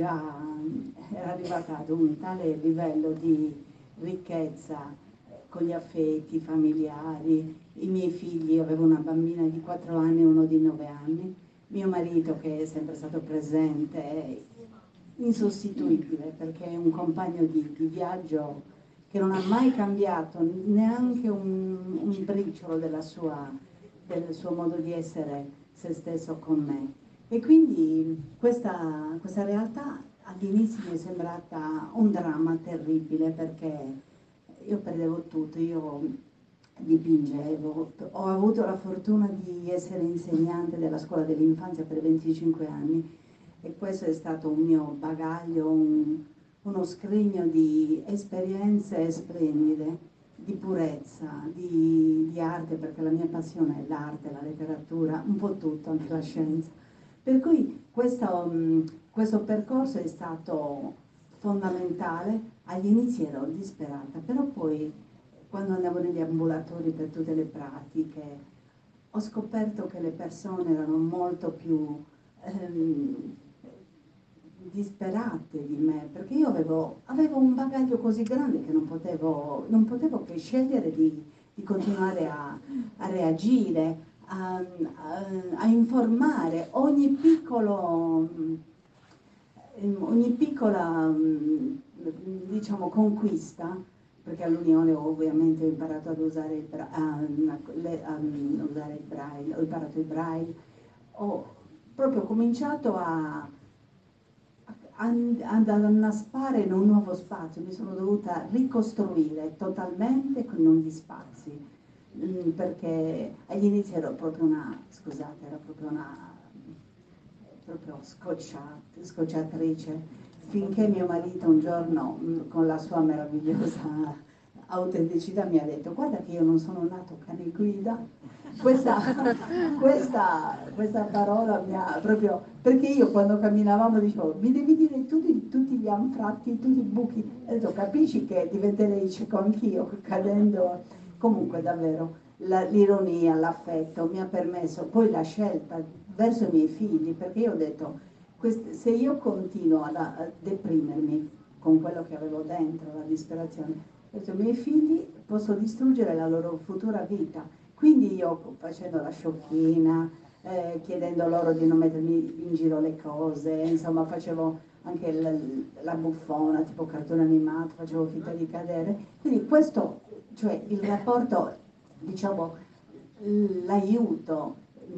era arrivata ad un tale livello di ricchezza con gli affetti familiari, i miei figli, avevo una bambina di 4 anni e uno di 9 anni, mio marito che è sempre stato presente, insostituibile, perché è un compagno di viaggio che non ha mai cambiato neanche un briciolo del suo modo di essere se stesso con me. E quindi questa realtà all'inizio mi è sembrata un dramma terribile, perché io perdevo tutto, io dipingevo, ho avuto la fortuna di essere insegnante della scuola dell'infanzia per 25 anni e questo è stato un mio bagaglio, uno scrigno di esperienze splendide, di purezza, di arte, perché la mia passione è l'arte, la letteratura, un po' tutto, anche la scienza. Per cui questo percorso è stato fondamentale. Agli inizi ero disperata, però poi quando andavo negli ambulatori per tutte le pratiche ho scoperto che le persone erano molto più disperate di me, perché io avevo un bagaglio così grande che non potevo che scegliere di continuare a reagire, a informare ogni piccola diciamo conquista, perché all'Unione ovviamente ho imparato ad usare il braille, ho imparato il braille, ho proprio cominciato ad annaspare in un nuovo spazio, mi sono dovuta ricostruire totalmente con non gli spazi, perché agli inizi ero proprio scocciatrice, finché mio marito un giorno, con la sua meravigliosa autenticità, mi ha detto: guarda che io non sono nato cane guida. Questa parola mi ha proprio, perché io quando camminavamo dicevo: mi devi dire tutti gli anfratti, tutti i buchi, e tu capisci che diventerei cieco anch'io cadendo. Comunque davvero l'ironia, l'affetto mi ha permesso poi la scelta verso i miei figli, perché io ho detto: se io continuo a deprimermi con quello che avevo dentro, la disperazione, ho detto, i miei figli posso distruggere la loro futura vita. Quindi io, facendo la sciocchina, chiedendo loro di non mettermi in giro le cose, insomma facevo anche la buffona, tipo cartone animato, facevo finta di cadere. Quindi questo, cioè il rapporto, diciamo, l'aiuto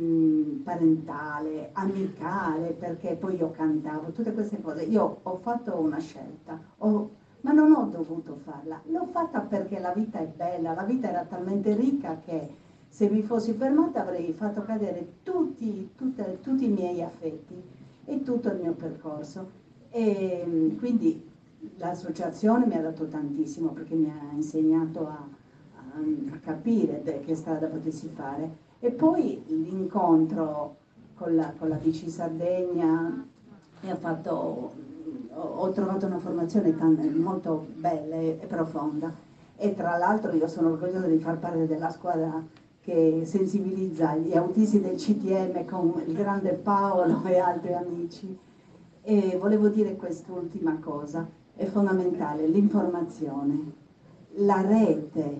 parentale, amicale, perché poi io cantavo, tutte queste cose. Io ho fatto una scelta, ma non ho dovuto farla, l'ho fatta perché la vita è bella, la vita era talmente ricca che se mi fossi fermata avrei fatto cadere tutti i miei affetti e tutto il mio percorso. E quindi l'associazione mi ha dato tantissimo, perché mi ha insegnato a capire che strada potessi fare. E poi l'incontro con la BC Sardegna mi ha fatto, ho trovato una formazione molto bella e profonda, e tra l'altro io sono orgogliosa di far parte della squadra che sensibilizza gli autisti del CTM con il grande Paolo e altri amici. E volevo dire quest'ultima cosa, è fondamentale l'informazione, la rete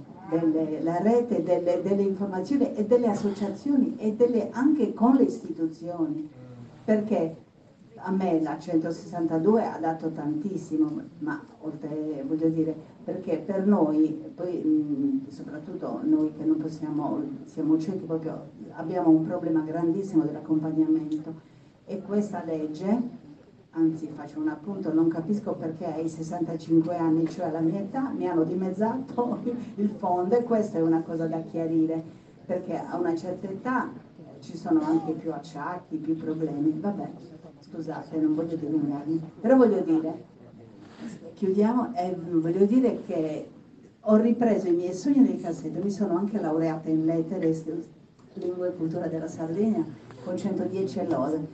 delle informazioni e delle associazioni e anche con le istituzioni, perché a me la 162 ha dato tantissimo, ma oltre, voglio dire, perché per noi, poi soprattutto noi che non possiamo, siamo ciechi, proprio abbiamo un problema grandissimo dell'accompagnamento, e questa legge, anzi faccio un appunto, non capisco perché ai 65 anni, cioè alla mia età, mi hanno dimezzato il fondo, e questa è una cosa da chiarire, perché a una certa età ci sono anche più acciacchi, più problemi. Vabbè, scusate, non voglio dilungarmi, però voglio dire, chiudiamo, voglio dire che ho ripreso i miei sogni nel cassetto, mi sono anche laureata in lettere, lingua e cultura della Sardegna con 110 lode,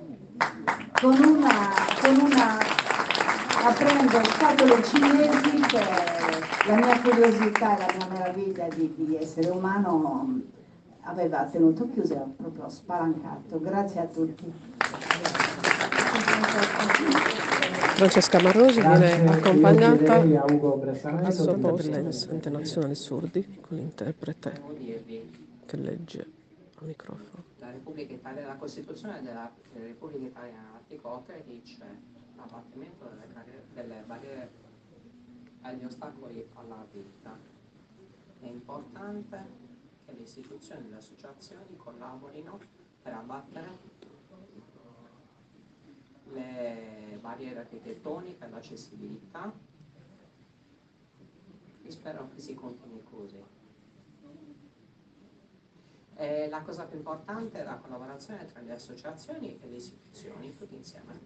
aprendo scatole cinesi, che la mia curiosità e la mia meraviglia di essere umano aveva tenuto chiuso e proprio spalancato. Grazie a tutti. Francesca Marrosi viene accompagnata al suo posto dall'Ens Internazionale Sordi con l'interprete che legge al microfono. La Repubblica Italiana, la Costituzione della Repubblica Italiana, l'articolo 3 dice l'abbattimento delle barriere agli ostacoli alla vita. È importante che le istituzioni e le associazioni collaborino per abbattere le barriere architettoniche all'accessibilità, e spero che si continui così. La cosa più importante è la collaborazione tra le associazioni e le istituzioni, tutti insieme.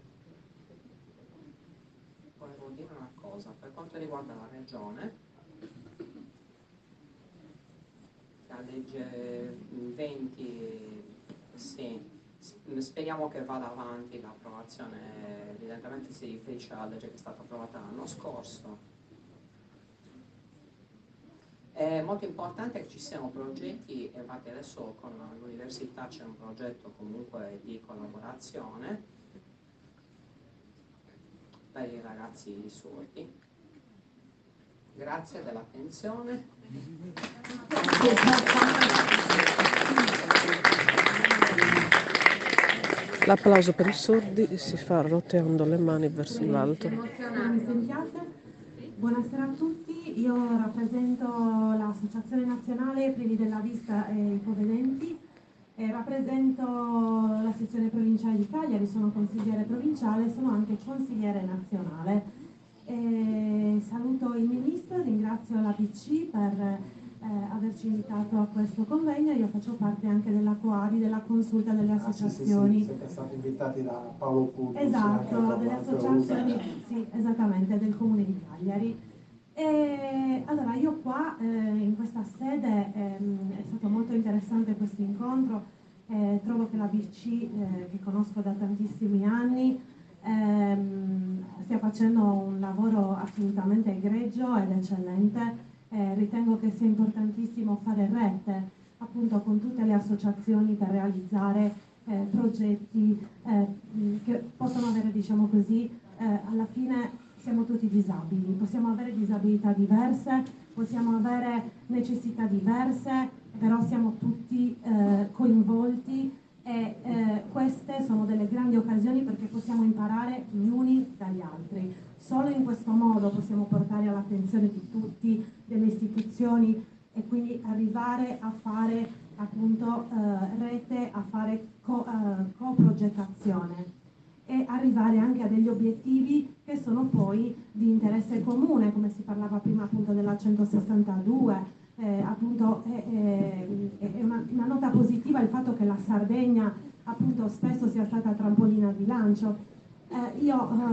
Volevo dire una cosa, per quanto riguarda la Regione, la legge 20, sì, speriamo che vada avanti l'approvazione, evidentemente si riferisce alla legge che è stata approvata l'anno scorso. È molto importante che ci siano progetti, infatti adesso con l'università c'è un progetto comunque di collaborazione per i ragazzi sordi. Grazie dell'attenzione. L'applauso per i sordi si fa roteando le mani verso l'alto. Mi sentiate? Buonasera a tutti, io rappresento l'Associazione Nazionale Privi della Vista e Ipovedenti e rappresento la sezione provinciale di Cagliari, sono consigliere provinciale, sono anche consigliere nazionale. Saluto il Ministro, ringrazio la PC per averci invitato a questo convegno. Io faccio parte anche della Coadi, della consulta delle associazioni. Sì, siete stati invitati da Paolo Curtis. Esatto, delle associazioni, sì, esattamente, del Comune di Cagliari. E allora io qua in questa sede è stato molto interessante questo incontro, trovo che la BC, che conosco da tantissimi anni, stia facendo un lavoro assolutamente egregio ed eccellente. Ritengo che sia importantissimo fare rete appunto con tutte le associazioni per realizzare progetti che possono avere, diciamo così, alla fine siamo tutti disabili, possiamo avere disabilità diverse, possiamo avere necessità diverse, però siamo tutti coinvolti e queste sono delle grandi occasioni perché possiamo imparare gli uni dagli altri. Solo in questo modo possiamo portare all'attenzione di tutti, delle istituzioni e quindi arrivare a fare appunto rete, a fare coprogettazione e arrivare anche a degli obiettivi che sono poi di interesse comune, come si parlava prima appunto della 162, appunto è una nota positiva il fatto che la Sardegna appunto spesso sia stata trampolina di lancio. Io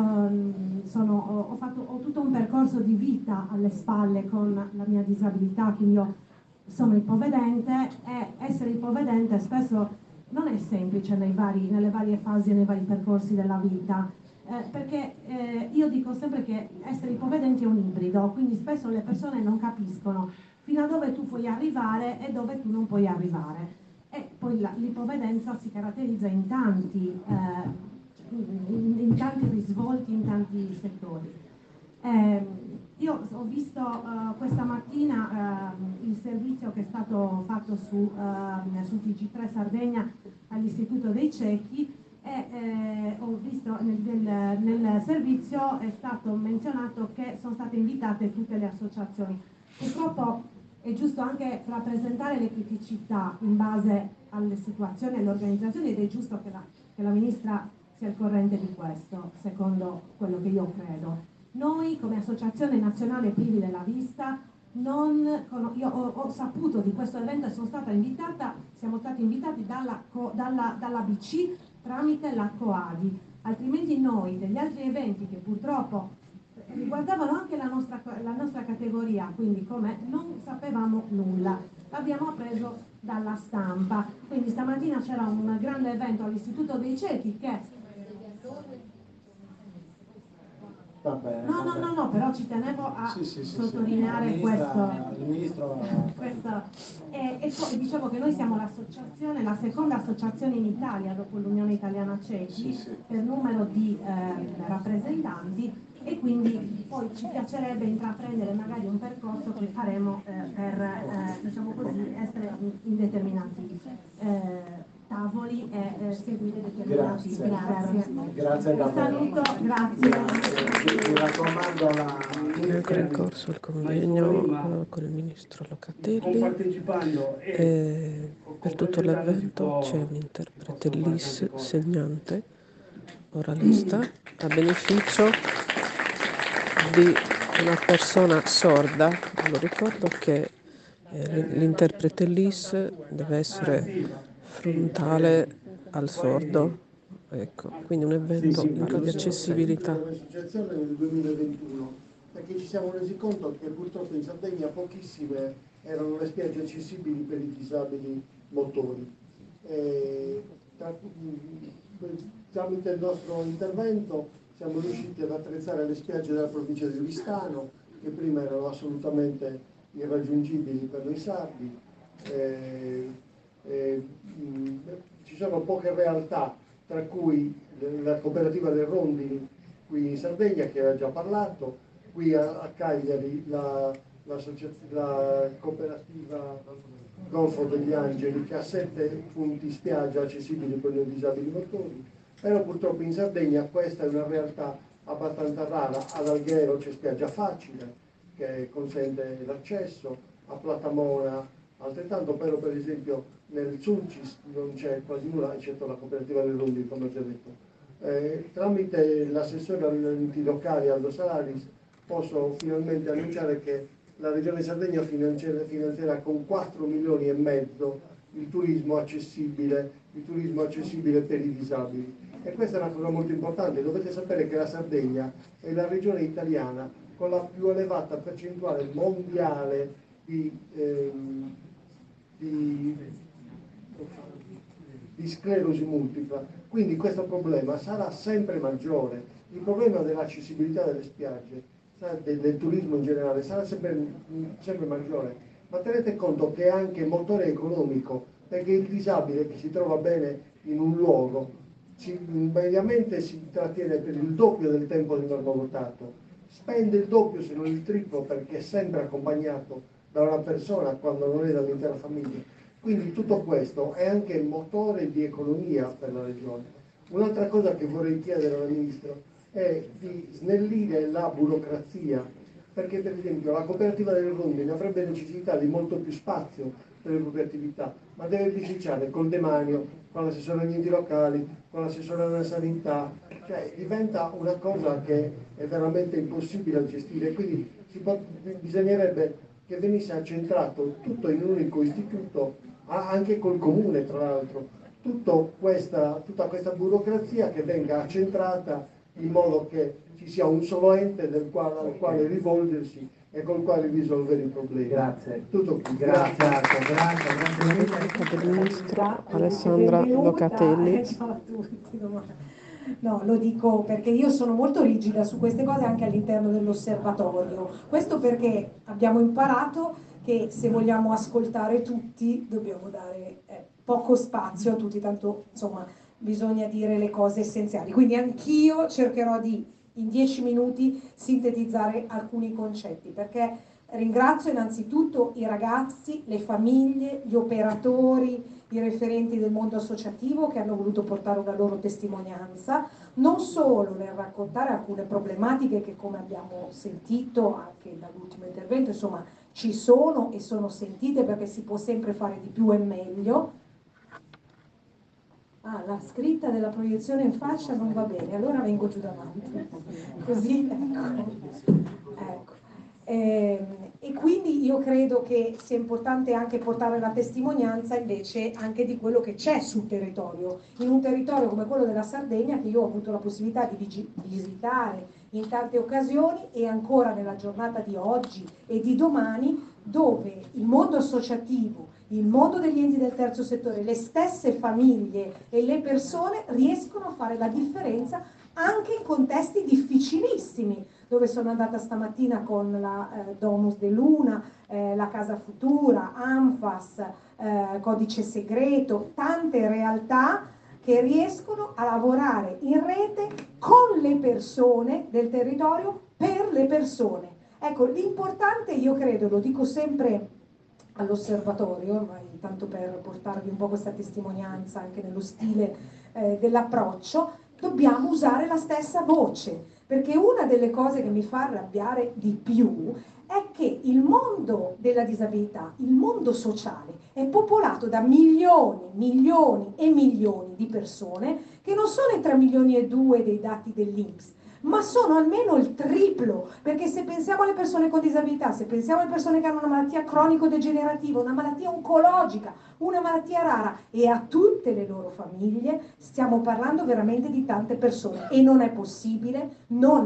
ho tutto un percorso di vita alle spalle con la mia disabilità, quindi io sono ipovedente e essere ipovedente spesso non è semplice nelle varie fasi e nei vari percorsi della vita, perché io dico sempre che essere ipovedenti è un ibrido, quindi spesso le persone non capiscono fino a dove tu puoi arrivare e dove tu non puoi arrivare. E poi l'ipovedenza si caratterizza in tanti risvolti, in tanti settori. Io ho visto questa mattina il servizio che è stato fatto su TG3 Sardegna all'Istituto dei Ciechi e ho visto nel servizio è stato menzionato che sono state invitate tutte le associazioni. Purtroppo è giusto anche rappresentare le criticità in base alle situazioni e alle organizzazioni ed è giusto che la Ministra sia al corrente di questo, secondo quello che io credo. Noi come Associazione Nazionale Privi della Vista, io ho saputo di questo evento e sono stata invitata, siamo stati invitati dalla BC tramite la Coadi, altrimenti noi degli altri eventi che purtroppo riguardavano anche la nostra categoria, quindi come non sapevamo nulla, l'abbiamo appreso dalla stampa. Quindi stamattina c'era un grande evento all'Istituto dei Ciechi che No, però ci tenevo a sottolineare questo. E poi dicevo che noi siamo l'associazione, la seconda associazione in Italia dopo l'Unione Italiana Ciechi per numero di rappresentanti e quindi poi ci piacerebbe intraprendere magari un percorso che faremo per diciamo così, essere in determinati tavoli e seguire determinati. Grazie davvero. Saluto, grazie. Mi raccomando È ancora in corso il convegno con il ministro Locatelli e per tutto l'evento c'è un interprete LIS segnante oralista a beneficio di una persona sorda. Lo ricordo che l'interprete LIS deve essere frontale al sordo, ecco, quindi un evento di accessibilità. L'associazione nel 2021, perché ci siamo resi conto che purtroppo in Sardegna pochissime erano le spiagge accessibili per i disabili motori. tramite il nostro intervento siamo riusciti ad attrezzare le spiagge della provincia di Oristano, che prima erano assolutamente irraggiungibili per noi sardi. Ci sono poche realtà, tra cui la cooperativa del Rondini qui in Sardegna, che aveva già parlato, qui a Cagliari la cooperativa Golfo degli Angeli, che ha 7 punti spiaggia accessibili per noi disabili motori, però purtroppo in Sardegna questa è una realtà abbastanza rara. Ad Alghero c'è spiaggia facile che consente l'accesso, a Platamona altrettanto, però per esempio nel Sulcis non c'è quasi nulla, eccetto la cooperativa del Rondini, come ho già detto. Tramite l'assessore agli enti locali Aldo Salaris posso finalmente annunciare che la Regione Sardegna finanzierà con 4,5 milioni il turismo accessibile per i disabili. E questa è una cosa molto importante. Dovete sapere che la Sardegna è la regione italiana con la più elevata percentuale mondiale di sclerosi multipla, quindi questo problema sarà sempre maggiore. Il problema dell'accessibilità delle spiagge, del turismo in generale, sarà sempre maggiore, ma tenete conto che è anche motore economico, perché il disabile che si trova bene in un luogo mediamente si trattiene per il doppio del tempo di normovotato, spende il doppio se non il triplo, perché è sempre accompagnato da una persona quando non è dall'intera famiglia. Quindi tutto questo è anche motore di economia per la regione. Un'altra cosa che vorrei chiedere al Ministro è di snellire la burocrazia, perché per esempio la cooperativa del Rondini avrebbe necessità di molto più spazio per le proprie attività, ma deve bisticciare col demanio, con l'assessore agli enti locali, con l'assessore alla sanità, cioè diventa una cosa che è veramente impossibile da gestire, quindi bisognerebbe che venisse accentrato tutto in un unico istituto, anche col comune tra l'altro, tutta questa burocrazia che venga accentrata in modo che ci sia un solo ente al quale rivolgersi e col quale risolvere i problemi. Grazie. Tutto qui. Grazie. Grazie. Ministro Alessandra Locatelli. Ciao a tutti. No, lo dico perché io sono molto rigida su queste cose anche all'interno dell'osservatorio. Questo perché abbiamo imparato che se vogliamo ascoltare tutti dobbiamo dare poco spazio a tutti, tanto insomma bisogna dire le cose essenziali. Quindi anch'io cercherò di in 10 minuti sintetizzare alcuni concetti, perché ringrazio innanzitutto i ragazzi, le famiglie, gli operatori, i referenti del mondo associativo che hanno voluto portare una loro testimonianza, non solo nel raccontare alcune problematiche che, come abbiamo sentito anche dall'ultimo intervento, insomma ci sono e sono sentite, perché si può sempre fare di più e meglio. Ah, la scritta della proiezione in faccia non va bene, allora vengo giù davanti. Così, ecco. E quindi io credo che sia importante anche portare la testimonianza invece anche di quello che c'è sul territorio, in un territorio come quello della Sardegna, che io ho avuto la possibilità di visitare in tante occasioni, e ancora nella giornata di oggi e di domani, dove il mondo associativo, il mondo degli enti del terzo settore, le stesse famiglie e le persone riescono a fare la differenza anche in contesti difficilissimi, dove sono andata stamattina con la Domus de Luna, la Casa Futura, Anfas, Codice Segreto, tante realtà che riescono a lavorare in rete con le persone del territorio, per le persone. Ecco, l'importante, io credo, lo dico sempre all'osservatorio, ormai tanto per portarvi un po' questa testimonianza anche nello stile dell'approccio, dobbiamo usare la stessa voce, perché una delle cose che mi fa arrabbiare di più è che il mondo della disabilità, il mondo sociale, è popolato da milioni, milioni e milioni di persone che non sono i 3,2 milioni dei dati dell'INPS, ma sono almeno il triplo, perché se pensiamo alle persone con disabilità, se pensiamo alle persone che hanno una malattia cronico-degenerativa, una malattia oncologica, una malattia rara, e a tutte le loro famiglie. Stiamo parlando veramente di tante persone e non è possibile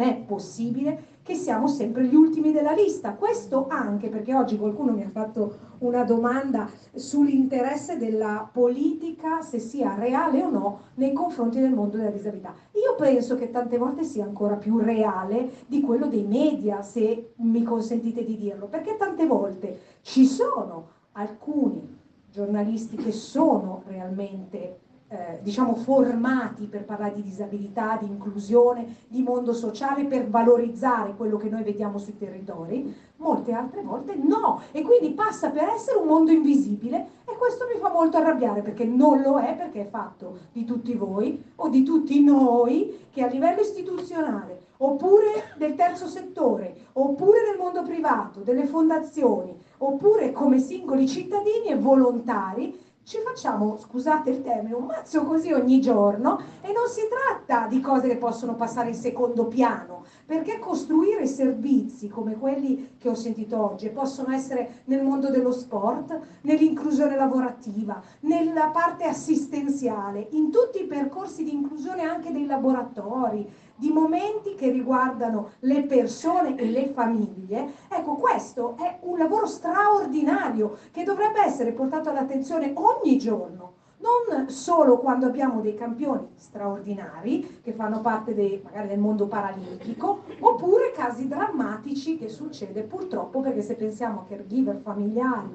che siamo sempre gli ultimi della lista. Questo anche perché oggi qualcuno mi ha fatto una domanda sull'interesse della politica, se sia reale o no, nei confronti del mondo della disabilità. Io penso che tante volte sia ancora più reale di quello dei media, se mi consentite di dirlo, perché tante volte ci sono alcuni giornalisti che sono realmente diciamo formati per parlare di disabilità, di inclusione, di mondo sociale, per valorizzare quello che noi vediamo sui territori, molte altre volte no, e quindi passa per essere un mondo invisibile, e questo mi fa molto arrabbiare, perché non lo è, perché è fatto di tutti voi o di tutti noi che a livello istituzionale, oppure del terzo settore, oppure del mondo privato, delle fondazioni, oppure come singoli cittadini e volontari, ci facciamo, scusate il termine, un mazzo così ogni giorno, e non si tratta di cose che possono passare in secondo piano, perché costruire servizi come quelli che ho sentito oggi possono essere nel mondo dello sport, nell'inclusione lavorativa, nella parte assistenziale, in tutti i percorsi di inclusione anche dei laboratori, di momenti che riguardano le persone e le famiglie. Ecco, questo è un lavoro straordinario che dovrebbe essere portato all'attenzione ogni giorno, non solo quando abbiamo dei campioni straordinari che fanno parte magari del mondo paralimpico, oppure casi drammatici che succede purtroppo, perché se pensiamo a caregiver familiari,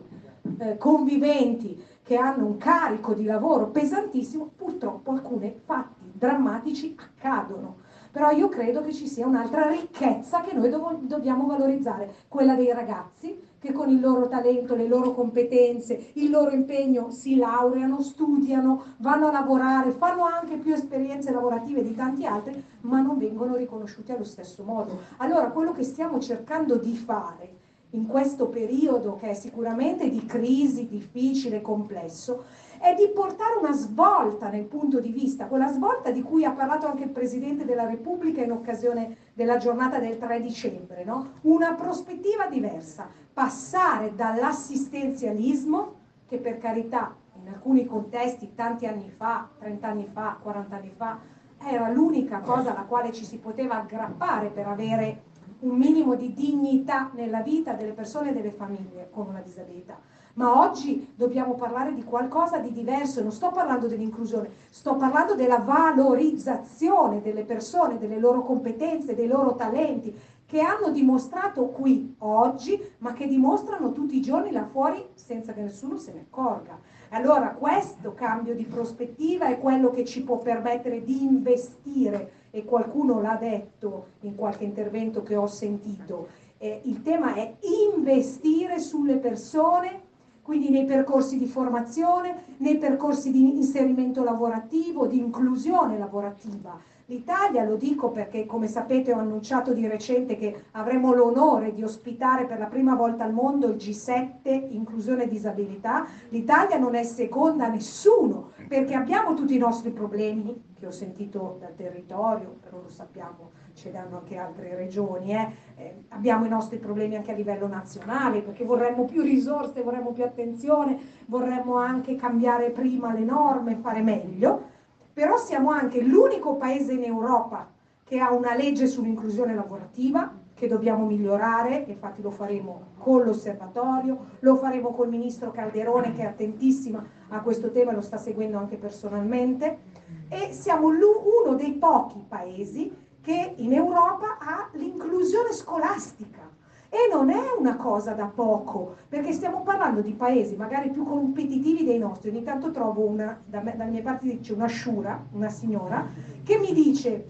conviventi che hanno un carico di lavoro pesantissimo, purtroppo alcuni fatti drammatici accadono. Però io credo che ci sia un'altra ricchezza che noi dobbiamo valorizzare, quella dei ragazzi che con il loro talento, le loro competenze, il loro impegno si laureano, studiano, vanno a lavorare, fanno anche più esperienze lavorative di tanti altri, ma non vengono riconosciuti allo stesso modo. Allora, quello che stiamo cercando di fare in questo periodo, che è sicuramente di crisi, difficile, complesso, è di portare una svolta nel punto di vista, quella svolta di cui ha parlato anche il Presidente della Repubblica in occasione della giornata del 3 dicembre, no? Una prospettiva diversa, passare dall'assistenzialismo, che per carità in alcuni contesti tanti anni fa, 30 anni fa, 40 anni fa, era l'unica cosa alla quale ci si poteva aggrappare per avere un minimo di dignità nella vita delle persone e delle famiglie con una disabilità. Ma oggi dobbiamo parlare di qualcosa di diverso, non sto parlando dell'inclusione, sto parlando della valorizzazione delle persone, delle loro competenze, dei loro talenti, che hanno dimostrato qui oggi, ma che dimostrano tutti i giorni là fuori senza che nessuno se ne accorga. Allora questo cambio di prospettiva è quello che ci può permettere di investire, e qualcuno l'ha detto in qualche intervento che ho sentito, il tema è investire sulle persone, quindi nei percorsi di formazione, nei percorsi di inserimento lavorativo, di inclusione lavorativa. L'Italia, lo dico perché come sapete ho annunciato di recente che avremo l'onore di ospitare per la prima volta al mondo il G7 inclusione e disabilità. L'Italia non è seconda a nessuno, perché abbiamo tutti i nostri problemi che ho sentito dal territorio, però lo sappiamo, ce ne hanno anche altre regioni, abbiamo i nostri problemi anche a livello nazionale, perché vorremmo più risorse, vorremmo più attenzione, vorremmo anche cambiare prima le norme, fare meglio. Però siamo anche l'unico paese in Europa che ha una legge sull'inclusione lavorativa che dobbiamo migliorare, infatti lo faremo con l'osservatorio, lo faremo col ministro Calderone che è attentissima a questo tema e lo sta seguendo anche personalmente, e siamo uno dei pochi paesi che in Europa ha l'inclusione scolastica. E non è una cosa da poco, perché stiamo parlando di paesi magari più competitivi dei nostri. Ogni tanto trovo dalle mie parti dice una sciura, una signora, che mi dice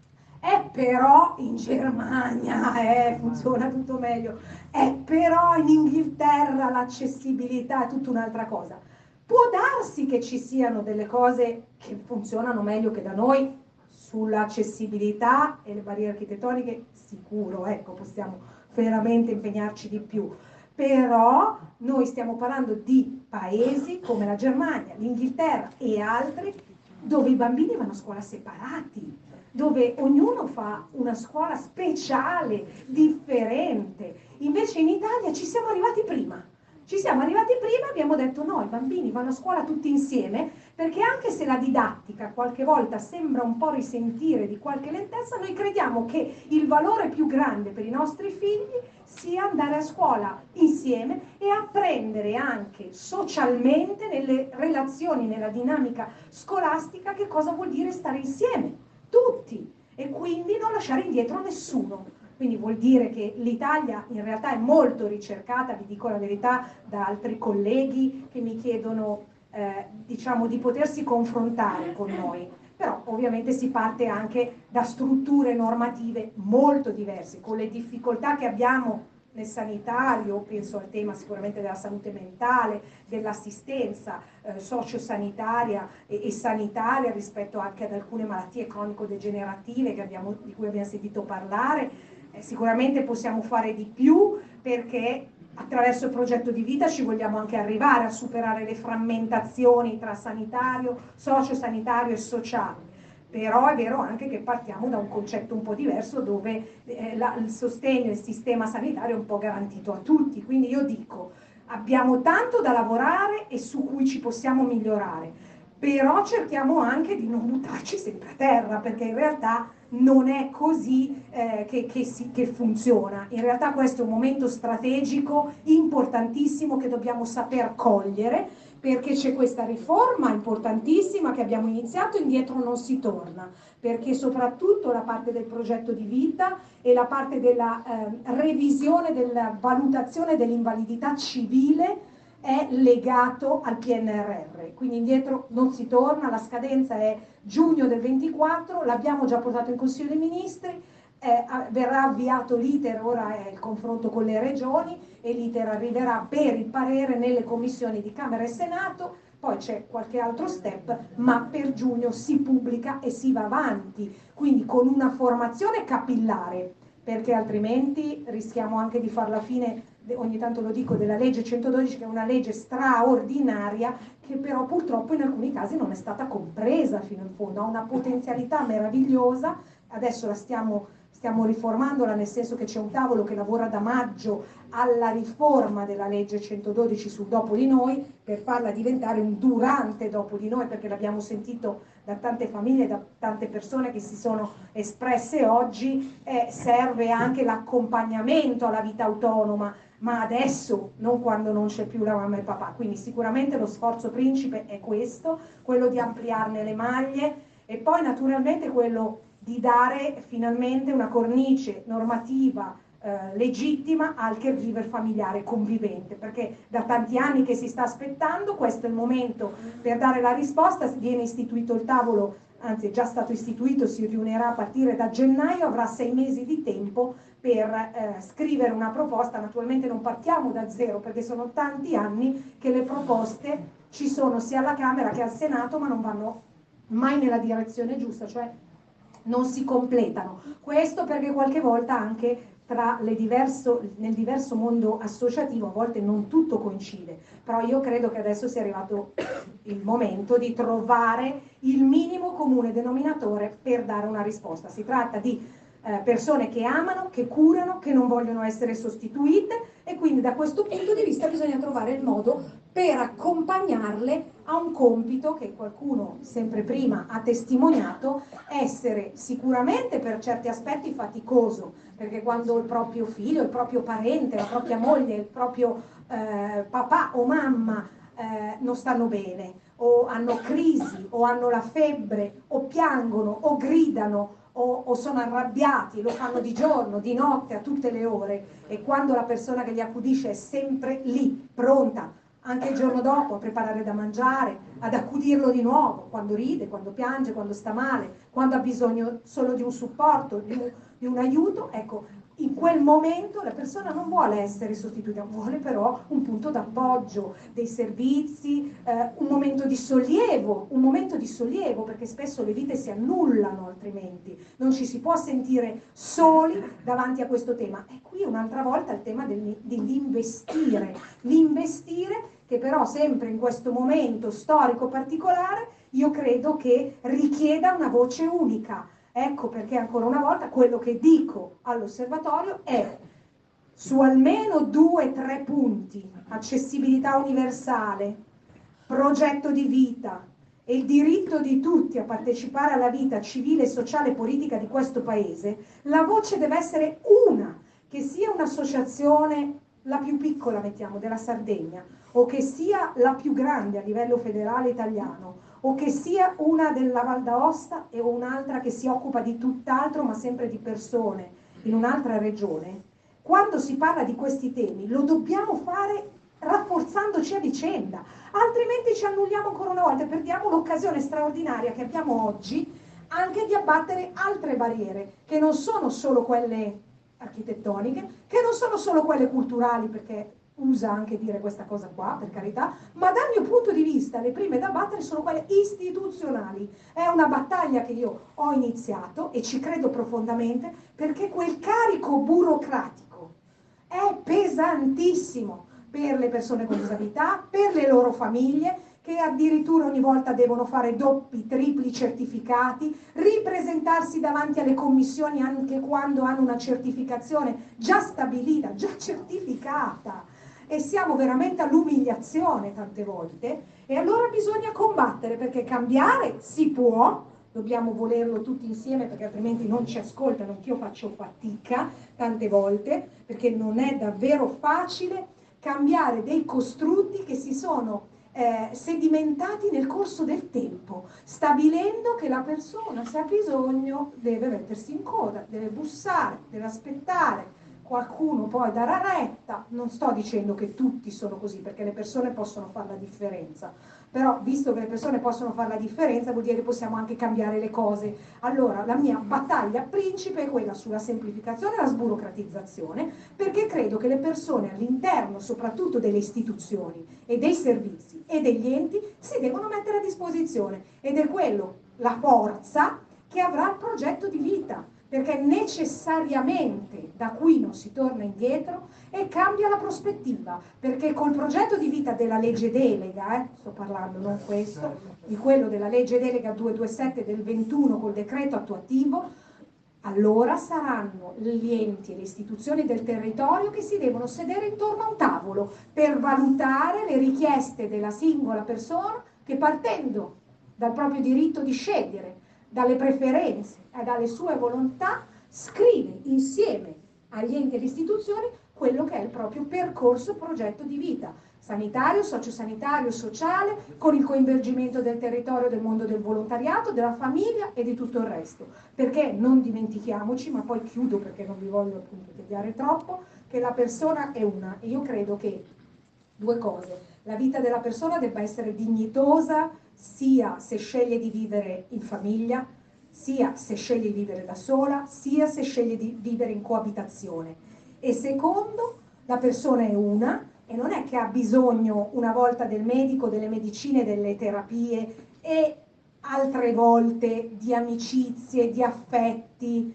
però in Germania funziona tutto meglio, però in Inghilterra l'accessibilità è tutta un'altra cosa. Può darsi che ci siano delle cose che funzionano meglio che da noi sull'accessibilità e le barriere architettoniche, sicuro, possiamo veramente impegnarci di più, però noi stiamo parlando di paesi come la Germania, l'Inghilterra e altri dove i bambini vanno a scuola separati, dove ognuno fa una scuola speciale, differente. Invece in Italia ci siamo arrivati prima, Ci siamo arrivati prima e abbiamo detto no, i bambini vanno a scuola tutti insieme, perché anche se la didattica qualche volta sembra un po' risentire di qualche lentezza, noi crediamo che il valore più grande per i nostri figli sia andare a scuola insieme e apprendere anche socialmente, nelle relazioni, nella dinamica scolastica, che cosa vuol dire stare insieme, tutti, e quindi non lasciare indietro nessuno. Quindi vuol dire che l'Italia in realtà è molto ricercata, vi dico la verità, da altri colleghi che mi chiedono diciamo di potersi confrontare con noi, però ovviamente si parte anche da strutture normative molto diverse, con le difficoltà che abbiamo nel sanitario, penso al tema sicuramente della salute mentale, dell'assistenza sociosanitaria e sanitaria rispetto anche ad alcune malattie cronico-degenerative di cui abbiamo sentito parlare. Sicuramente possiamo fare di più, perché attraverso il progetto di vita ci vogliamo anche arrivare a superare le frammentazioni tra sanitario, sociosanitario e sociale. Però è vero anche che partiamo da un concetto un po' diverso, dove il sostegno, il sistema sanitario è un po' garantito a tutti. Quindi io dico, abbiamo tanto da lavorare e su cui ci possiamo migliorare, però cerchiamo anche di non buttarci sempre a terra, perché in realtà non è così che funziona. In realtà questo è un momento strategico importantissimo che dobbiamo saper cogliere, perché c'è questa riforma importantissima che abbiamo iniziato, indietro non si torna, perché soprattutto la parte del progetto di vita e la parte della revisione della valutazione dell'invalidità civile è legato al PNRR, quindi indietro non si torna. La scadenza è giugno del 24, l'abbiamo già portato in Consiglio dei Ministri, verrà avviato l'iter, ora è il confronto con le regioni e l'iter arriverà per il parere nelle commissioni di Camera e Senato, poi c'è qualche altro step, ma per giugno si pubblica e si va avanti, quindi con una formazione capillare, perché altrimenti rischiamo anche di far la fine, ogni tanto lo dico, della legge 112, che è una legge straordinaria, che però purtroppo in alcuni casi non è stata compresa fino in fondo. Ha una potenzialità meravigliosa, adesso la stiamo riformandola, nel senso che c'è un tavolo che lavora da maggio alla riforma della legge 112 sul dopo di noi, per farla diventare un durante dopo di noi, perché l'abbiamo sentito da tante famiglie, da tante persone che si sono espresse oggi, serve anche l'accompagnamento alla vita autonoma, ma adesso, non quando non c'è più la mamma e il papà. Quindi sicuramente lo sforzo principe è questo, quello di ampliarne le maglie, e poi naturalmente quello di dare finalmente una cornice normativa legittima al caregiver familiare convivente, perché da tanti anni che si sta aspettando, questo è il momento per dare la risposta. Viene istituito il tavolo, anzi è già stato istituito, si riunirà a partire da gennaio, avrà 6 mesi di tempo per scrivere una proposta. Naturalmente non partiamo da zero, perché sono tanti anni che le proposte ci sono sia alla Camera che al Senato, ma non vanno mai nella direzione giusta, cioè non si completano. Questo perché qualche volta anche nel diverso mondo associativo a volte non tutto coincide, però io credo che adesso sia arrivato il momento di trovare il minimo comune denominatore per dare una risposta. Si tratta di persone che amano, che curano, che non vogliono essere sostituite, e quindi da questo punto di vista bisogna trovare il modo per accompagnarle a un compito che qualcuno sempre prima ha testimoniato essere sicuramente per certi aspetti faticoso, perché quando il proprio figlio, il proprio parente, la propria moglie, il proprio papà o mamma non stanno bene, o hanno crisi, o hanno la febbre, o piangono, o gridano, o sono arrabbiati, lo fanno di giorno, di notte, a tutte le ore, e quando la persona che li accudisce è sempre lì, pronta, anche il giorno dopo, a preparare da mangiare, ad accudirlo di nuovo, quando ride, quando piange, quando sta male, quando ha bisogno solo di un supporto, di un aiuto, ecco, in quel momento la persona non vuole essere sostituita, vuole però un punto d'appoggio, dei servizi, un momento di sollievo, perché spesso le vite si annullano altrimenti, non ci si può sentire soli davanti a questo tema. E qui un'altra volta il tema dell'investire, l'investire che però sempre in questo momento storico particolare io credo che richieda una voce unica. Ecco perché ancora una volta quello che dico all'osservatorio è: su almeno 2-3 punti, accessibilità universale, progetto di vita e il diritto di tutti a partecipare alla vita civile, sociale e politica di questo paese, la voce deve essere una, che sia un'associazione, la più piccola mettiamo, della Sardegna, o che sia la più grande a livello federale italiano, o che sia una della Val d'Aosta e un'altra che si occupa di tutt'altro ma sempre di persone in un'altra regione. Quando si parla di questi temi lo dobbiamo fare rafforzandoci a vicenda, altrimenti ci annulliamo ancora una volta e perdiamo l'occasione straordinaria che abbiamo oggi anche di abbattere altre barriere, che non sono solo quelle architettoniche, che non sono solo quelle culturali, perché usa anche dire questa cosa qua, per carità, ma dal mio punto di vista le prime da battere sono quelle istituzionali. È una battaglia che io ho iniziato e ci credo profondamente, perché quel carico burocratico è pesantissimo per le persone con disabilità, per le loro famiglie, che addirittura ogni volta devono fare doppi, tripli certificati, ripresentarsi davanti alle commissioni anche quando hanno una certificazione già stabilita, già certificata, e siamo veramente all'umiliazione tante volte. E allora bisogna combattere, perché cambiare si può, dobbiamo volerlo tutti insieme, perché altrimenti non ci ascoltano, anch'io faccio fatica tante volte, perché non è davvero facile cambiare dei costrutti che si sono sedimentati nel corso del tempo, stabilendo che la persona, se ha bisogno, deve mettersi in coda, deve bussare, deve aspettare, qualcuno poi darà retta. Non sto dicendo che tutti sono così, perché le persone possono fare la differenza, però visto che le persone possono fare la differenza vuol dire che possiamo anche cambiare le cose. Allora la mia battaglia principe è quella sulla semplificazione e la sburocratizzazione, perché credo che le persone all'interno soprattutto delle istituzioni e dei servizi e degli enti si devono mettere a disposizione, ed è quello la forza che avrà il progetto di vita, perché necessariamente da qui non si torna indietro e cambia la prospettiva, perché col progetto di vita della legge delega, sto parlando non questo, di quello della legge delega 227 del 21 col decreto attuativo, allora saranno gli enti e le istituzioni del territorio che si devono sedere intorno a un tavolo per valutare le richieste della singola persona, che partendo dal proprio diritto di scegliere, dalle preferenze e dalle sue volontà, scrive insieme agli enti e alle istituzioni quello che è il proprio percorso e progetto di vita, sanitario, sociosanitario, sociale, con il coinvolgimento del territorio, del mondo del volontariato, della famiglia e di tutto il resto. Perché non dimentichiamoci, ma poi chiudo perché non vi voglio appunto tediare troppo, che la persona è una, e io credo che due cose: la vita della persona debba essere dignitosa, sia se sceglie di vivere in famiglia, sia se sceglie di vivere da sola, sia se sceglie di vivere in coabitazione. E secondo, la persona è una, e non è che ha bisogno una volta del medico, delle medicine, delle terapie, e altre volte di amicizie, di affetti,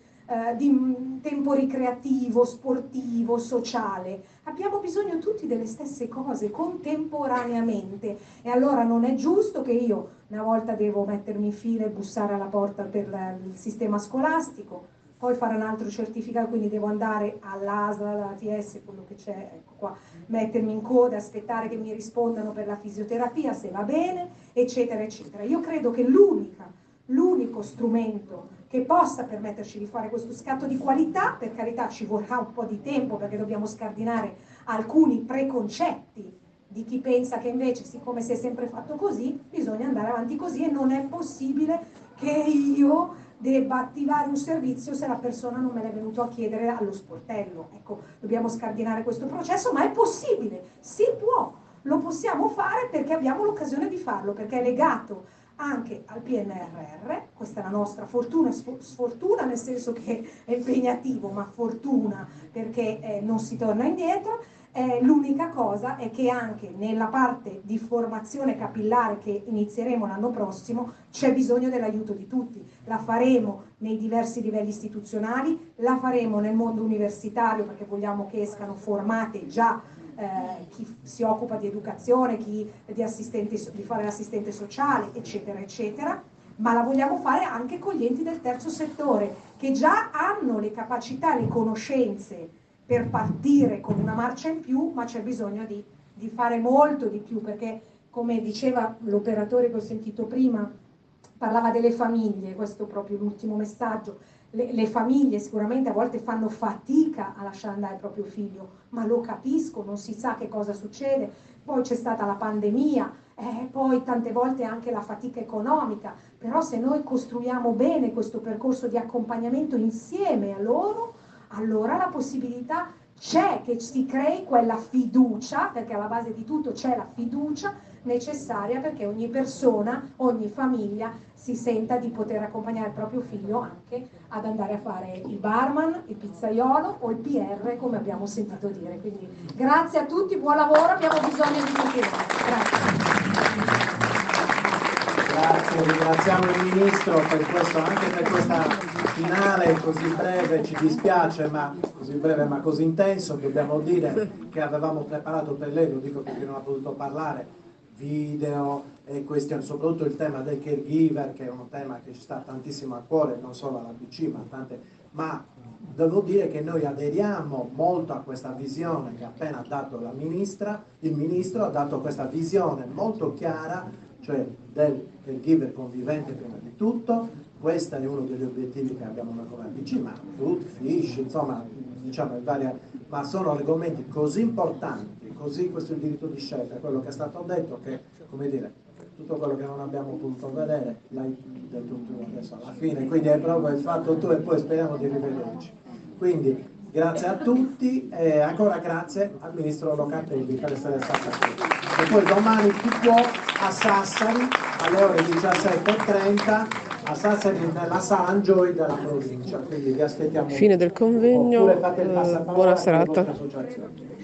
di tempo ricreativo, sportivo, sociale. Abbiamo bisogno tutti delle stesse cose contemporaneamente, e allora non è giusto che io una volta devo mettermi in fila e bussare alla porta per il sistema scolastico, poi fare un altro certificato, quindi devo andare all'ASL, all'ATS, quello che c'è, ecco qua, mettermi in coda, aspettare che mi rispondano per la fisioterapia, se va bene, eccetera, eccetera. Io credo che l'unico strumento che possa permetterci di fare questo scatto di qualità, per carità ci vorrà un po' di tempo perché dobbiamo scardinare alcuni preconcetti di chi pensa che invece, siccome si è sempre fatto così, bisogna andare avanti così, e non è possibile che io debba attivare un servizio se la persona non me l'è venuto a chiedere allo sportello. Ecco, dobbiamo scardinare questo processo, ma è possibile, si può, lo possiamo fare perché abbiamo l'occasione di farlo, perché è legato anche al PNRR. Questa è la nostra fortuna e sfortuna, nel senso che è impegnativo, ma fortuna perché non si torna indietro. L'unica cosa è che anche nella parte di formazione capillare che inizieremo l'anno prossimo c'è bisogno dell'aiuto di tutti. La faremo nei diversi livelli istituzionali, la faremo nel mondo universitario perché vogliamo che escano formate già chi si occupa di educazione, chi di fare l'assistente sociale, eccetera, eccetera, ma la vogliamo fare anche con gli enti del terzo settore che già hanno le capacità e le conoscenze per partire con una marcia in più, ma c'è bisogno di fare molto di più, perché come diceva l'operatore che ho sentito prima, parlava delle famiglie, questo è proprio l'ultimo messaggio. Le famiglie sicuramente a volte fanno fatica a lasciare andare il proprio figlio, ma lo capisco, non si sa che cosa succede. Poi c'è stata la pandemia, poi tante volte anche la fatica economica, però se noi costruiamo bene questo percorso di accompagnamento insieme a loro, allora la possibilità c'è che si crei quella fiducia, perché alla base di tutto c'è la fiducia necessaria perché ogni persona, ogni famiglia si senta di poter accompagnare il proprio figlio anche ad andare a fare il barman, il pizzaiolo o il PR, come abbiamo sentito dire. Quindi grazie a tutti, buon lavoro, abbiamo bisogno di tutti voi. Grazie, ringraziamo il Ministro per questo, anche per questa finale così breve, ci dispiace, ma così breve ma così intenso. Dobbiamo dire che avevamo preparato per lei, lo dico perché non ha potuto parlare, video e questioni, soprattutto il tema del caregiver, che è un tema che ci sta tantissimo a cuore, non solo alla BC, ma devo dire che noi aderiamo molto a questa visione che ha appena dato la Ministra. Il Ministro ha dato questa visione molto chiara, cioè del caregiver convivente prima di tutto. Questo è uno degli obiettivi che abbiamo noi come ABC, ma food, fish, insomma, diciamo, ma sono argomenti così importanti, così questo è il diritto di scelta, quello che è stato detto, che, come dire, tutto quello che non abbiamo potuto vedere l'hai detto tu adesso alla fine, quindi è proprio il fatto tu e poi speriamo di rivederci. Quindi grazie a tutti e ancora grazie al Ministro Locatelli per essere stato qui. E poi domani chi può a Sassari alle ore 17:30 a Sassari nella sala Enjoy della provincia, quindi vi aspettiamo. Fine del convegno, buona serata.